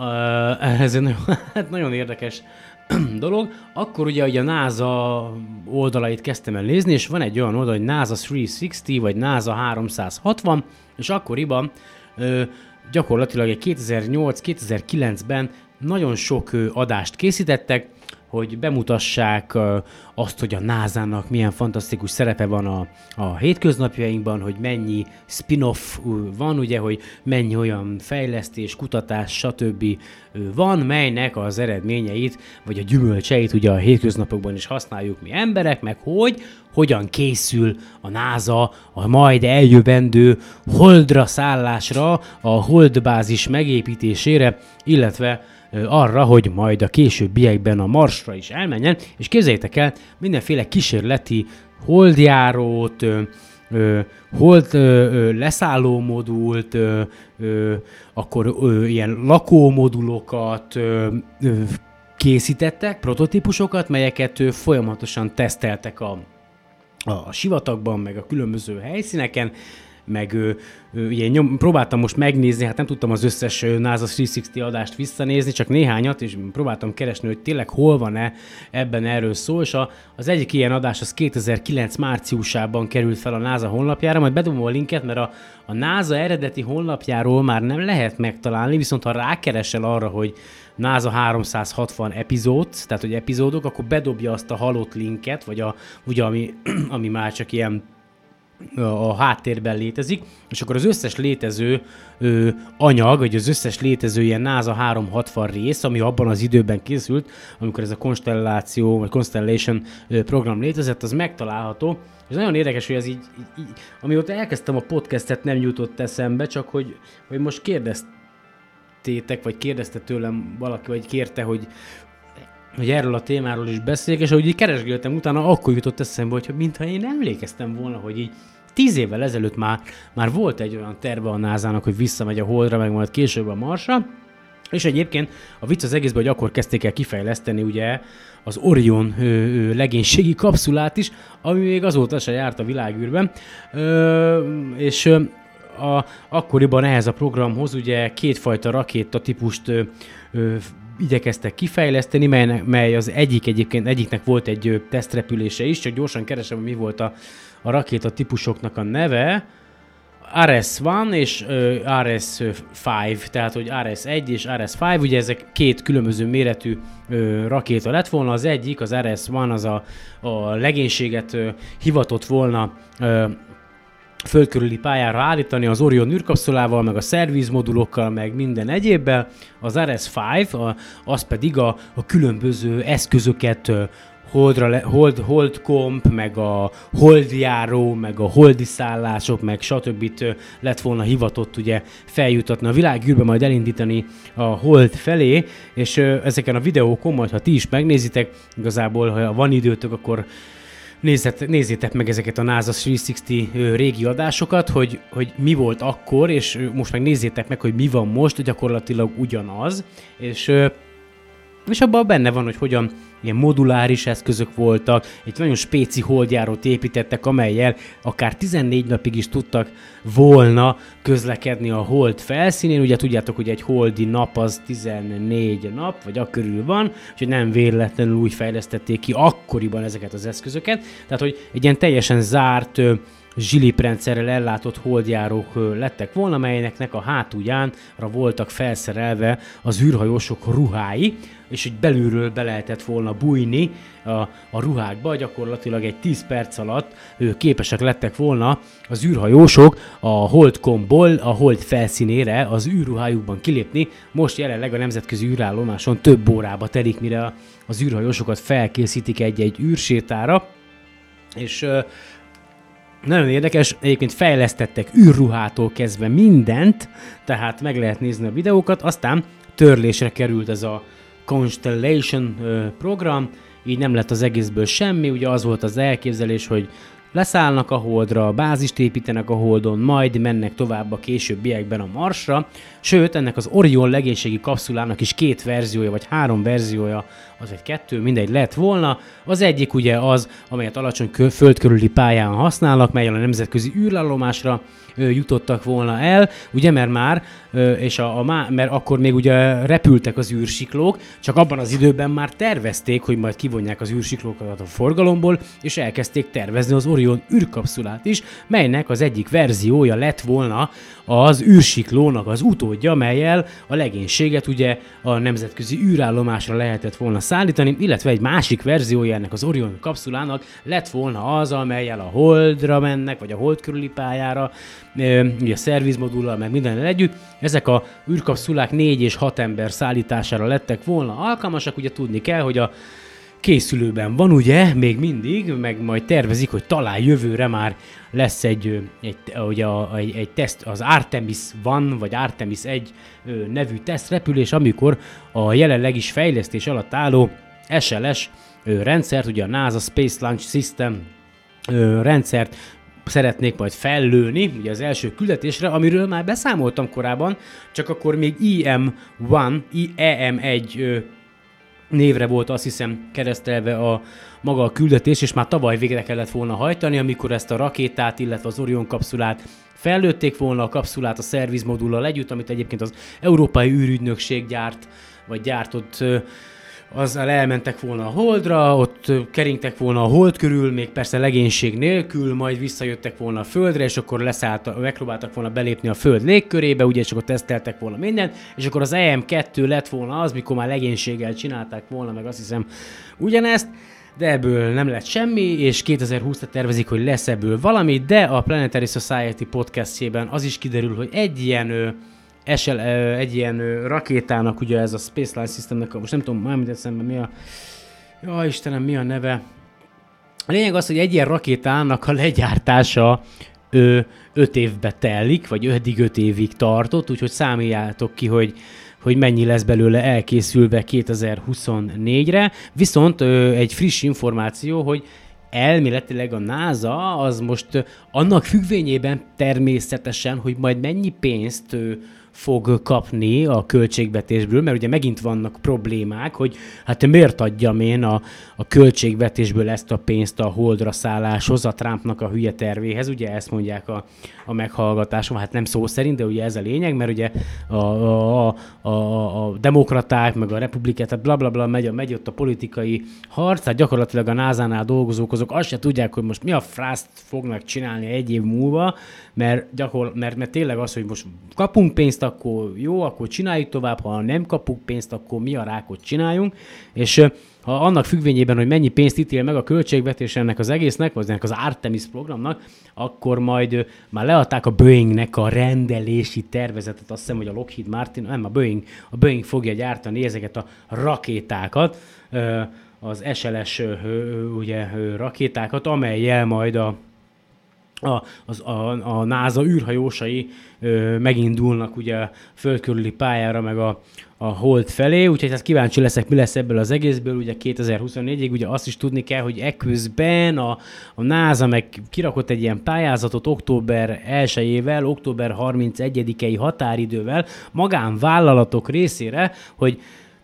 Speaker 1: uh, ez egy nagyon, hát nagyon érdekes dolog, akkor ugye, ugye a NASA oldalait kezdtem el nézni, és van egy olyan oldal, hogy NASA háromszázhatvan, vagy NASA háromszázhatvan, és akkoriban uh, gyakorlatilag egy kétezer-nyolc-kétezer-kilencben nagyon sok uh, adást készítettek, hogy bemutassák uh, azt, hogy a nászának milyen fantasztikus szerepe van a, a hétköznapjainkban, hogy mennyi spin-off uh, van, ugye, hogy mennyi olyan fejlesztés, kutatás, stb. Uh, van, melynek az eredményeit, vagy a gyümölcseit ugye a hétköznapokban is használjuk mi emberek, meg hogy hogyan készül a NASA a majd eljövendő Holdra szállásra, a Holdbázis megépítésére, illetve arra, hogy majd a későbbiekben a Marsra is elmenjen, és képzeljétek el, mindenféle kísérleti holdjárót, ö, ö, hold ö, ö, leszálló modult, ö, ö, akkor ö, ilyen lakómodulokat ö, ö, készítettek, prototípusokat, melyeket ö, folyamatosan teszteltek a, a sivatagban, meg a különböző helyszíneken, meg ö, ö, ugye nyom, próbáltam most megnézni, hát nem tudtam az összes NASA háromszázhatvan adást visszanézni, csak néhányat, és próbáltam keresni, hogy tényleg hol van-e ebben erről szó, és a, az egyik ilyen adás az kétezer-kilenc márciusában került fel a NASA honlapjára, majd bedobom a linket, mert a, a NASA eredeti honlapjáról már nem lehet megtalálni, viszont ha rákeresel arra, hogy NASA háromszázhatvan epizód, tehát hogy epizódok, akkor bedobja azt a halott linket, vagy a, ugye, ami, ami már csak ilyen a háttérben létezik, és akkor az összes létező ö, anyag, vagy az összes létező ilyen NASA háromszázhatvan rész, ami abban az időben készült, amikor ez a Constellation, vagy Constellation ö, program létezett, az megtalálható. És nagyon érdekes, hogy ez így, így, így amióta elkezdtem a podcastet, nem jutott eszembe, csak hogy, hogy most kérdeztétek, vagy kérdezte tőlem valaki, vagy kérte, hogy hogy erről a témáról is beszéljek, és ahogy így keresgéltem utána, akkor jutott eszembe, hogy mintha én emlékeztem volna, hogy így tíz évvel ezelőtt már, már volt egy olyan terve a nászának, hogy visszamegy a Holdra, meg majd később a Marsra, és egyébként a vicc az egészben, hogy akkor kezdték el kifejleszteni ugye az Orion ö, ö, legénységi kapszulát is, ami még azóta se járt a világűrben, ö, és ö, a, akkoriban ehhez a programhoz ugye kétfajta rakéta típust ö, ö, igyekeztek kifejleszteni, mely, mely az egyik egyébként, egyiknek volt egy ö, tesztrepülése is, csak gyorsan keresem, hogy mi volt a, a rakéta típusoknak a neve. er es egy és ö, er es öt, tehát hogy er es egy és er es öt, ugye ezek két különböző méretű ö, rakéta lett volna, az egyik, az er es egy az a, a legénységet ö, hivatott volna ö, földkörüli pályára állítani az Orion űrkapszulával, meg a szervizmodulokkal, meg minden egyébbel. Az er es öt, a, az pedig a, a különböző eszközöket, Holdra, hold, holdkomp, meg a holdjáró, meg a holdi szállások, meg stb. Lett volna hivatott ugye feljutatni a világűrbe, majd elindítani a hold felé, és ezeken a videókon, majd ha ti is megnézitek, igazából ha van időtök, akkor Nézzet, nézzétek meg ezeket a NASA háromszázhatvan régi adásokat, hogy, hogy mi volt akkor, és most meg nézzétek meg, hogy mi van most, gyakorlatilag ugyanaz, és, és abban benne van, hogy hogyan ilyen moduláris eszközök voltak, egy nagyon spéci holdjárót építettek, amellyel akár tizennégy napig is tudtak volna közlekedni a hold felszínén. Ugye tudjátok, hogy egy holdi nap az tizennégy nap, vagy akkörül van, úgyhogy nem véletlenül úgy fejlesztették ki akkoriban ezeket az eszközöket. Tehát, hogy egy ilyen teljesen zárt zsiliprendszerrel ellátott holdjárók lettek volna, melyeknek a hátuljánra voltak felszerelve az űrhajósok ruhái, és hogy belülről be lehetett volna bújni a, a ruhákba, gyakorlatilag egy tíz perc alatt ő képesek lettek volna az űrhajósok a holdkomból a hold felszínére az űrruhájukban kilépni. Most jelenleg a nemzetközi űrállomáson több órába telik, mire az űrhajósokat felkészítik egy-egy űrsétára, és nagyon érdekes, egyébként fejlesztettek űrruhától kezdve mindent, tehát meg lehet nézni a videókat, aztán törlésre került ez a Constellation program, így nem lett az egészből semmi, ugye az volt az elképzelés, hogy leszállnak a Holdra, bázist építenek a Holdon, majd mennek tovább a későbbiekben a Marsra, sőt, ennek az Orion legénységi kapszulának is két verziója, vagy három verziója, az egy kettő, mindegy lett volna. Az egyik ugye az, amelyet alacsony földkörüli pályán használnak, melyen a nemzetközi űrállomásra ö, jutottak volna el, ugye, mert már, ö, és a, a, mert akkor még ugye repültek az űrsiklók, csak abban az időben már tervezték, hogy majd kivonják az űrsiklókat a forgalomból, és elkezdték tervezni az Orion űrkapszulát is, melynek az egyik verziója lett volna az űrsiklónak az utódja, mellyel a legénységet ugye a nemzetközi űrállomásra lehetett volna szállítani, illetve egy másik verziója ennek az Orion kapszulának lett volna az, amellyel a Holdra mennek, vagy a Hold körüli pályára, ugye a szervizmodullal, meg mindennel együtt. Ezek a űrkapszulák négy és hat ember szállítására lettek volna alkalmasak, ugye tudni kell, hogy a készülőben van ugye, még mindig, meg majd tervezik, hogy talán jövőre már lesz egy, egy, ugye a, egy, egy teszt, az Artemis egy vagy Artemis egy nevű tesztrepülés, amikor a jelenleg is fejlesztés alatt álló es el es rendszert, ugye a NASA Space Launch System rendszert szeretnék majd fellőni, ugye az első küldetésre, amiről már beszámoltam korábban, csak akkor még i em egy, e em egy névre volt azt hiszem keresztelve a maga a küldetés, és már tavaly végre kellett volna hajtani, amikor ezt a rakétát, illetve az Orion kapszulát fellőtték volna, a kapszulát a szervizmodullal együtt, amit egyébként az Európai űrügynökség gyárt, vagy gyártott, azzal elmentek volna a Holdra, ott keringtek volna a Hold körül, még persze legénység nélkül, majd visszajöttek volna a Földre, és akkor leszálltak, megpróbáltak volna belépni a Föld légkörébe, ugye, és akkor teszteltek volna mindent, és akkor az E M kettő lett volna az, mikor már legénységgel csinálták volna, meg azt hiszem ugyanezt, de ebből nem lett semmi, és kétezer-húszra tervezik, hogy lesz ebből valami, de a Planetary Society podcastjében az is kiderül, hogy egy ilyen esel, egy ilyen rakétának, ugye ez a Space Line Systemnek, most nem tudom, már mit eszembe, mi a... Jaj, Istenem, mi a neve? A lényeg az, hogy egy ilyen rakétának a legyártása öt évbe telik, vagy eddig öt évig tartott, úgyhogy számoljátok ki, hogy hogy mennyi lesz belőle elkészülve kétezer-huszonnégyre. Viszont ö, egy friss információ, hogy elméletileg a NASA az most ö, annak függvényében természetesen, hogy majd mennyi pénzt ö, fog kapni a költségvetésből, mert ugye megint vannak problémák, hogy hát miért adjam én a, a költségvetésből ezt a pénzt a Holdra szálláshoz, a Trumpnak a hülye tervéhez, ugye ezt mondják a, a meghallgatáson, hát nem szó szerint, de ugye ez a lényeg, mert ugye a, a, a, a demokraták, meg a republikák, tehát blablabla megy, megy ott a politikai harc, tehát gyakorlatilag a názánál dolgozók, azok azt se tudják, hogy most mi a frászt fognak csinálni egy év múlva, mert, gyakor, mert, mert tényleg az, hogy most kapunk pénzt, akkor jó, akkor csináljuk tovább, ha nem kapunk pénzt, akkor mi a rákot csináljunk, és ha annak függvényében, hogy mennyi pénzt ítél meg a költségvetés ennek az egésznek, vagy ennek az Artemis programnak, akkor majd már leadták a Boeingnek a rendelési tervezetet, azt hiszem, hogy a Lockheed Martin, nem, a Boeing, a Boeing fogja gyártani ezeket a rakétákat, az es el es ugye, rakétákat, amellyel majd a A, az, a, a NASA űrhajósai ö, megindulnak ugye a föld körüli pályára, meg a, a Hold felé, úgyhogy hát kíváncsi leszek, mi lesz ebből az egészből, ugye kétezer-huszonnégyig, ugye azt is tudni kell, hogy eközben a, a NASA meg kirakott egy ilyen pályázatot október elsejével, október harmincegyedikei határidővel magánvállalatok részére, hogy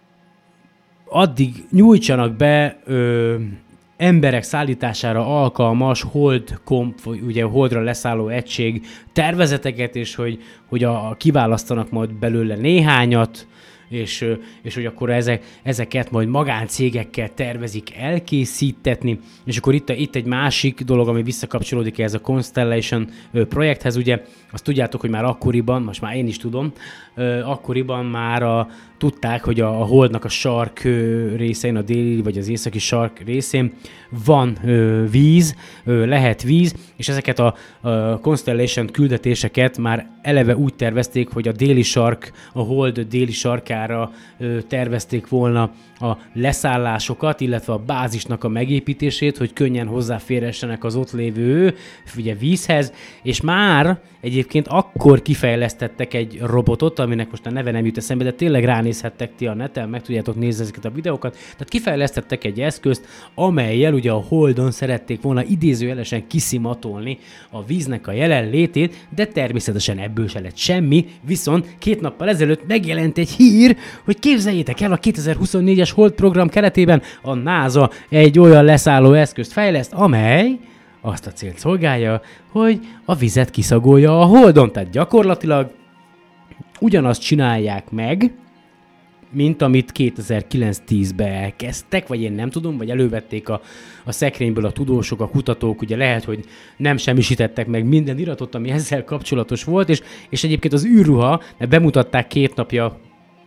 Speaker 1: addig nyújtsanak be ö, emberek szállítására alkalmas hold komp, ugye Holdra leszálló egység tervezeteket, és hogy, hogy a, a kiválasztanak majd belőle néhányat, és, és hogy akkor ezek, ezeket majd magáncégekkel tervezik elkészítetni, és akkor itt, itt egy másik dolog, ami visszakapcsolódik ez a Constellation projekthez, ugye azt tudjátok, hogy már akkoriban, most már én is tudom, akkoriban már a, tudták, hogy a, a Holdnak a sark részein, a déli vagy az északi sark részén van ö, víz, ö, lehet víz, és ezeket a, a Constellation küldetéseket már eleve úgy tervezték, hogy a déli sark, a Hold déli sarkára ö, tervezték volna a leszállásokat, illetve a bázisnak a megépítését, hogy könnyen hozzáférhessenek az ott lévő ugye, vízhez, és már egyébként akkor kifejlesztettek egy robotot, aminek most a neve nem jut eszembe, de tényleg ránézhettek ti a neten, meg tudjátok nézni ezeket a videókat. Tehát kifejlesztettek egy eszközt, amellyel ugye a Holdon szerették volna idézőjelesen kiszimatolni a víznek a jelenlétét, de természetesen ebből se lett semmi, viszont két nappal ezelőtt megjelent egy hír, hogy képzeljétek el, a kétezer-huszonnégyes Hold program keretében a NASA egy olyan leszálló eszközt fejleszt, amely azt a célt szolgálja, hogy a vizet kiszagolja a Holdon. Tehát gyakorlatilag ugyanazt csinálják meg, mint amit kétezer-kilenc-tízben elkezdtek, vagy én nem tudom, vagy elővették a, a szekrényből a tudósok, a kutatók, ugye lehet, hogy nem semmisítettek meg minden iratot, ami ezzel kapcsolatos volt, és, és egyébként az űrruha, mert bemutatták két napja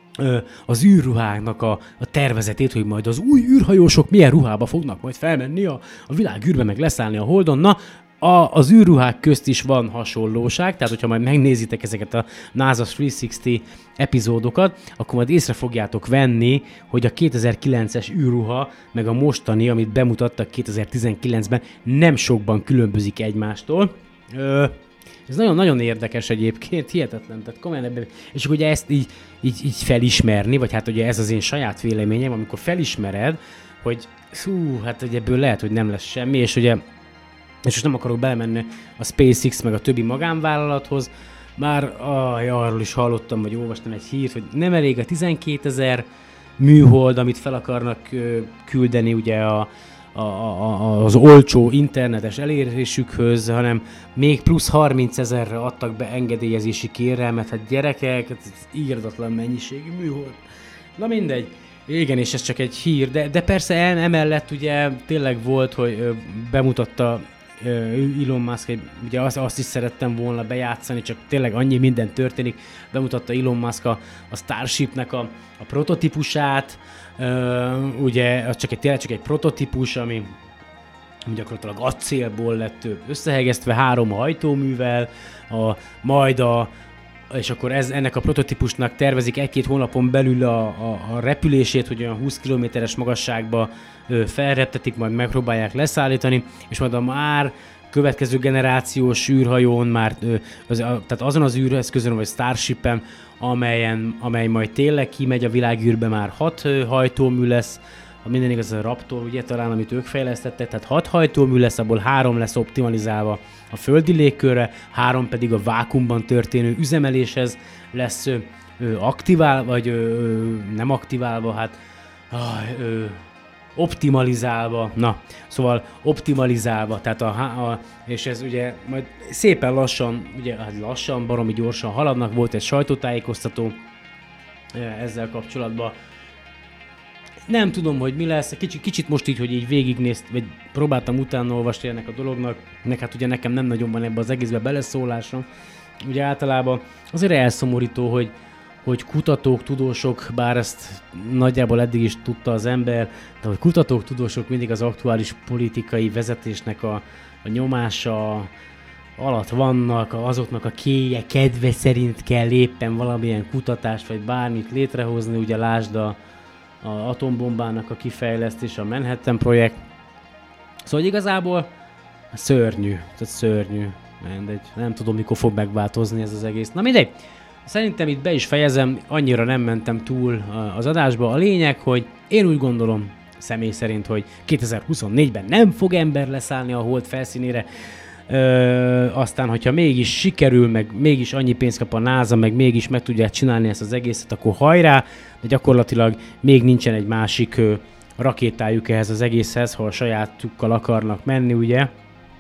Speaker 1: az űrruháknak a, a tervezetét, hogy majd az új űrhajósok milyen ruhába fognak majd felmenni a, a világ űrbe, meg leszállni a Holdon. Na, a, az űrruhák közt is van hasonlóság, tehát hogyha majd megnézitek ezeket a NASA háromszázhatvan epizódokat, akkor majd észre fogjátok venni, hogy a kétezer-kilences űrruha, meg a mostani, amit bemutattak kétezer-tizenkilencben, nem sokban különbözik egymástól. Ö, Ez nagyon-nagyon érdekes egyébként, hihetetlen, tehát komolyan ebben. És akkor ugye ezt így, így, így felismerni, vagy hát ugye ez az én saját véleményem, amikor felismered, hogy hú, hát ugye ebből lehet, hogy nem lesz semmi, és ugye, és most nem akarok belemenni a SpaceX meg a többi magánvállalathoz, már aj, arról is hallottam, vagy olvastam egy hírt, hogy nem elég a tizenkétezer műhold, amit fel akarnak ö, küldeni ugye a, a, a, az olcsó internetes elérésükhöz, hanem még plusz harmincezerre adtak be engedélyezési kérelmet, hát gyerekek, ez írdatlan mennyiségű műhold. Na mindegy. Igen, és ez csak egy hír, de, de persze emellett ugye tényleg volt, hogy ö, bemutatta ö, Elon Musk, hogy ugye azt, azt is szerettem volna bejátszani, csak tényleg annyi minden történik, bemutatta Elon Musk a, a Starshipnek a, a prototípusát, ö, ugye az csak egy, tényleg csak egy prototípus, ami gyakorlatilag acélból lett összehegesztve három hajtóművel, a, majd a és akkor ez, ennek a prototípusnak tervezik egy-két hónapon belül a, a, a repülését, hogy olyan húsz kilométeres magasságba ö, felreptetik, majd megpróbálják leszállítani, és majd a már következő generációs űrhajón már, ö, az, a, tehát azon az űreszközön, vagy Starshipen, amelyen, amely majd tényleg kimegy a világűrbe, már hat ö, hajtómű lesz, ha minden igaz, a Raptor, ugye talán, amit ők fejlesztettek, tehát hat hajtómű lesz, abból három lesz optimalizálva a földi légkörre, három pedig a vákuumban történő üzemeléshez lesz ö, ö, aktivál, vagy ö, nem aktiválva, hát ö, ö, optimalizálva, na, szóval optimalizálva, tehát a, a, és ez ugye majd szépen lassan, ugye hát lassan, baromi gyorsan haladnak, volt egy sajtótájékoztató ezzel kapcsolatban. Nem tudom, hogy mi lesz, kicsit, kicsit most így, hogy így végignézt, vagy próbáltam utána olvasni ennek a dolognak, nek hát ugye nekem nem nagyon van ebbe az egészbe beleszólásom. Ugye általában azért elszomorító, hogy, hogy kutatók, tudósok, bár ezt nagyjából eddig is tudta az ember, de hogy kutatók, tudósok mindig az aktuális politikai vezetésnek a, a nyomása alatt vannak, azoknak a kéje, kedve szerint kell éppen valamilyen kutatást, vagy bármit létrehozni, ugye lásd a a atombombának a kifejlesztés, a Manhattan projekt. Szóval igazából szörnyű, tehát szörnyű. Mindegy, nem tudom, mikor fog megváltozni ez az egész. Na mindegy, szerintem itt be is fejezem, annyira nem mentem túl az adásba. A lényeg, hogy én úgy gondolom, személy szerint, hogy kétezer-huszonnégyben nem fog ember leszállni a hold felszínére. Ö, aztán, hogyha mégis sikerül, meg mégis annyi pénzt kap a NASA, meg mégis meg tudják csinálni ezt az egészet, akkor hajrá, de gyakorlatilag még nincsen egy másik ö, rakétájuk ehhez az egészhez, ha a sajátukkal akarnak menni, ugye?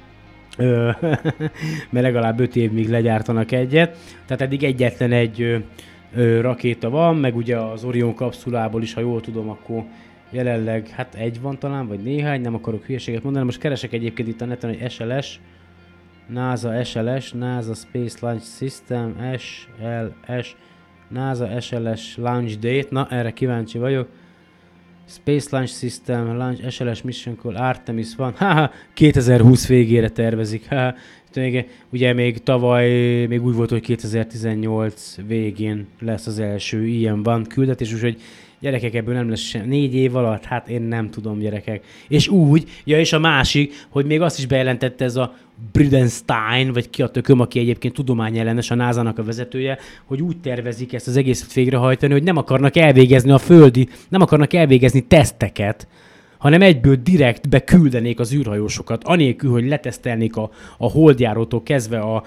Speaker 1: Ö, mert legalább öt évig legyártanak egyet. Tehát eddig egyetlen egy ö, ö, rakéta van, meg ugye az Orion kapszulából is, ha jól tudom, akkor jelenleg, hát egy van talán, vagy néhány, nem akarok hülyeséget mondani, most keresek egyébként itt a neten, hogy es el es, NASA es el es, NASA Space Launch System, es el es, NASA es el es Launch Date, na erre kíváncsi vagyok. Space Launch System, Launch es el es Mission Call, Artemis van, haha, kétezer-húsz végére tervezik, haha. Ugye még tavaly, még úgy volt, hogy kétezer-tizennyolc végén lesz az első ilyen van küldetés, úgyhogy gyerekek, ebből nem lesz sem. Négy év alatt? Hát én nem tudom, gyerekek. És úgy, ja és a másik, hogy még azt is bejelentette ez a Bridenstine, vagy ki a tököm, aki egyébként tudományellenes, a nászának a vezetője, hogy úgy tervezik ezt az egészet végrehajtani, hogy nem akarnak elvégezni a földi, nem akarnak elvégezni teszteket, hanem egyből direkt beküldenék az űrhajósokat, anélkül, hogy letesztelnék a, a holdjárótól kezdve a,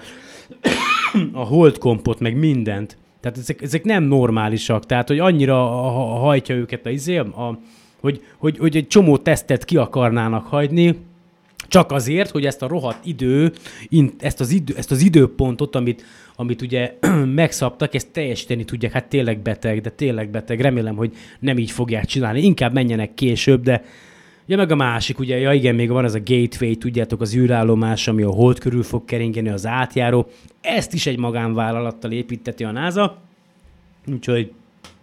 Speaker 1: a holdkompot, meg mindent. Tehát ezek, ezek nem normálisak, tehát hogy annyira hajtja őket a izé, a, hogy, hogy, hogy egy csomó tesztet ki akarnának hagyni, csak azért, hogy ezt a rohadt idő, ezt az, idő, ezt az időpontot, amit, amit ugye megszabtak, ezt teljesíteni tudják. Hát tényleg beteg, de tényleg beteg. Remélem, hogy nem így fogják csinálni. Inkább menjenek később, de ja, meg a másik, ugye, ja igen, még van ez a Gateway, tudjátok, az űrállomás, ami a hold körül fog keringeni, az átjáró. Ezt is egy magánvállalattal építeti a NASA. Úgyhogy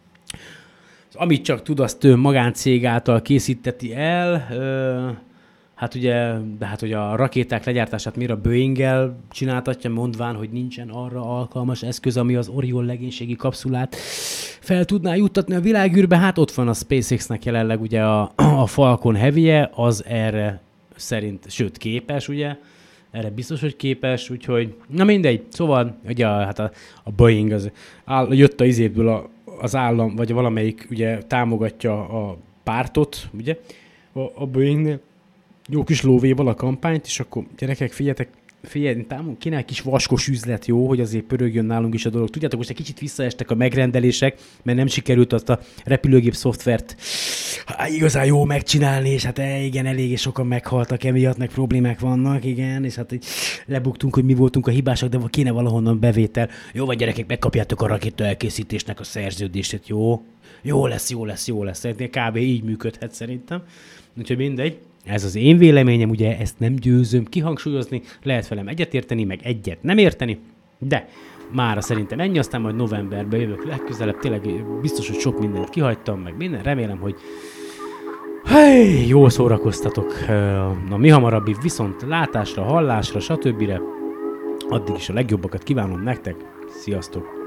Speaker 1: amit csak tud, azt magáncég által készíteti el. Ö- Hát ugye, de hát ugye a rakéták legyártását miért a Boeing-el csináltatja, mondván, hogy nincsen arra alkalmas eszköz, ami az Orion legénységi kapszulát fel tudná juttatni a világűrbe. Hát ott van a SpaceX-nek jelenleg ugye a, a Falcon Heavy-je, az erre szerint, sőt képes, ugye, erre biztos, hogy képes, úgyhogy, na mindegy, szóval ugye hát a, a Boeing az áll, jött a izéből a, az állam, vagy valamelyik ugye támogatja a pártot, ugye, a, a Boeingnél, jó kis lóvéval a kampányt, és akkor gyerekek, figyeljetek, figyelj, kéne egy kis vaskos üzlet, jó, hogy azért pörögjön nálunk is a dolog. Tudjátok, most egy kicsit visszaestek a megrendelések, mert nem sikerült azt a repülőgép szoftvert hát, igazán jó megcsinálni, és hát igen, eléggé sokan meghaltak emiatt, meg problémák vannak, igen, és hát lebuktunk, hogy mi voltunk a hibások, de kéne valahonnan bevétel. Jó, vagy gyerekek, megkapjátok a rakéta elkészítésnek a szerződését, jó? Jó lesz, jó lesz, jó lesz. Kb. Így működhet szerintem. Úgyhogy mindegy. Ez az én véleményem, ugye ezt nem győzöm kihangsúlyozni, lehet velem egyetérteni, meg egyet nem érteni, de mára szerintem ennyi, aztán majd novemberben jövök legközelebb, tényleg biztos, hogy sok mindent kihagytam, meg minden, remélem, hogy hey, jól szórakoztatok a mi hamarabbi viszont látásra, hallásra, stb. Addig is a legjobbakat kívánom nektek, sziasztok!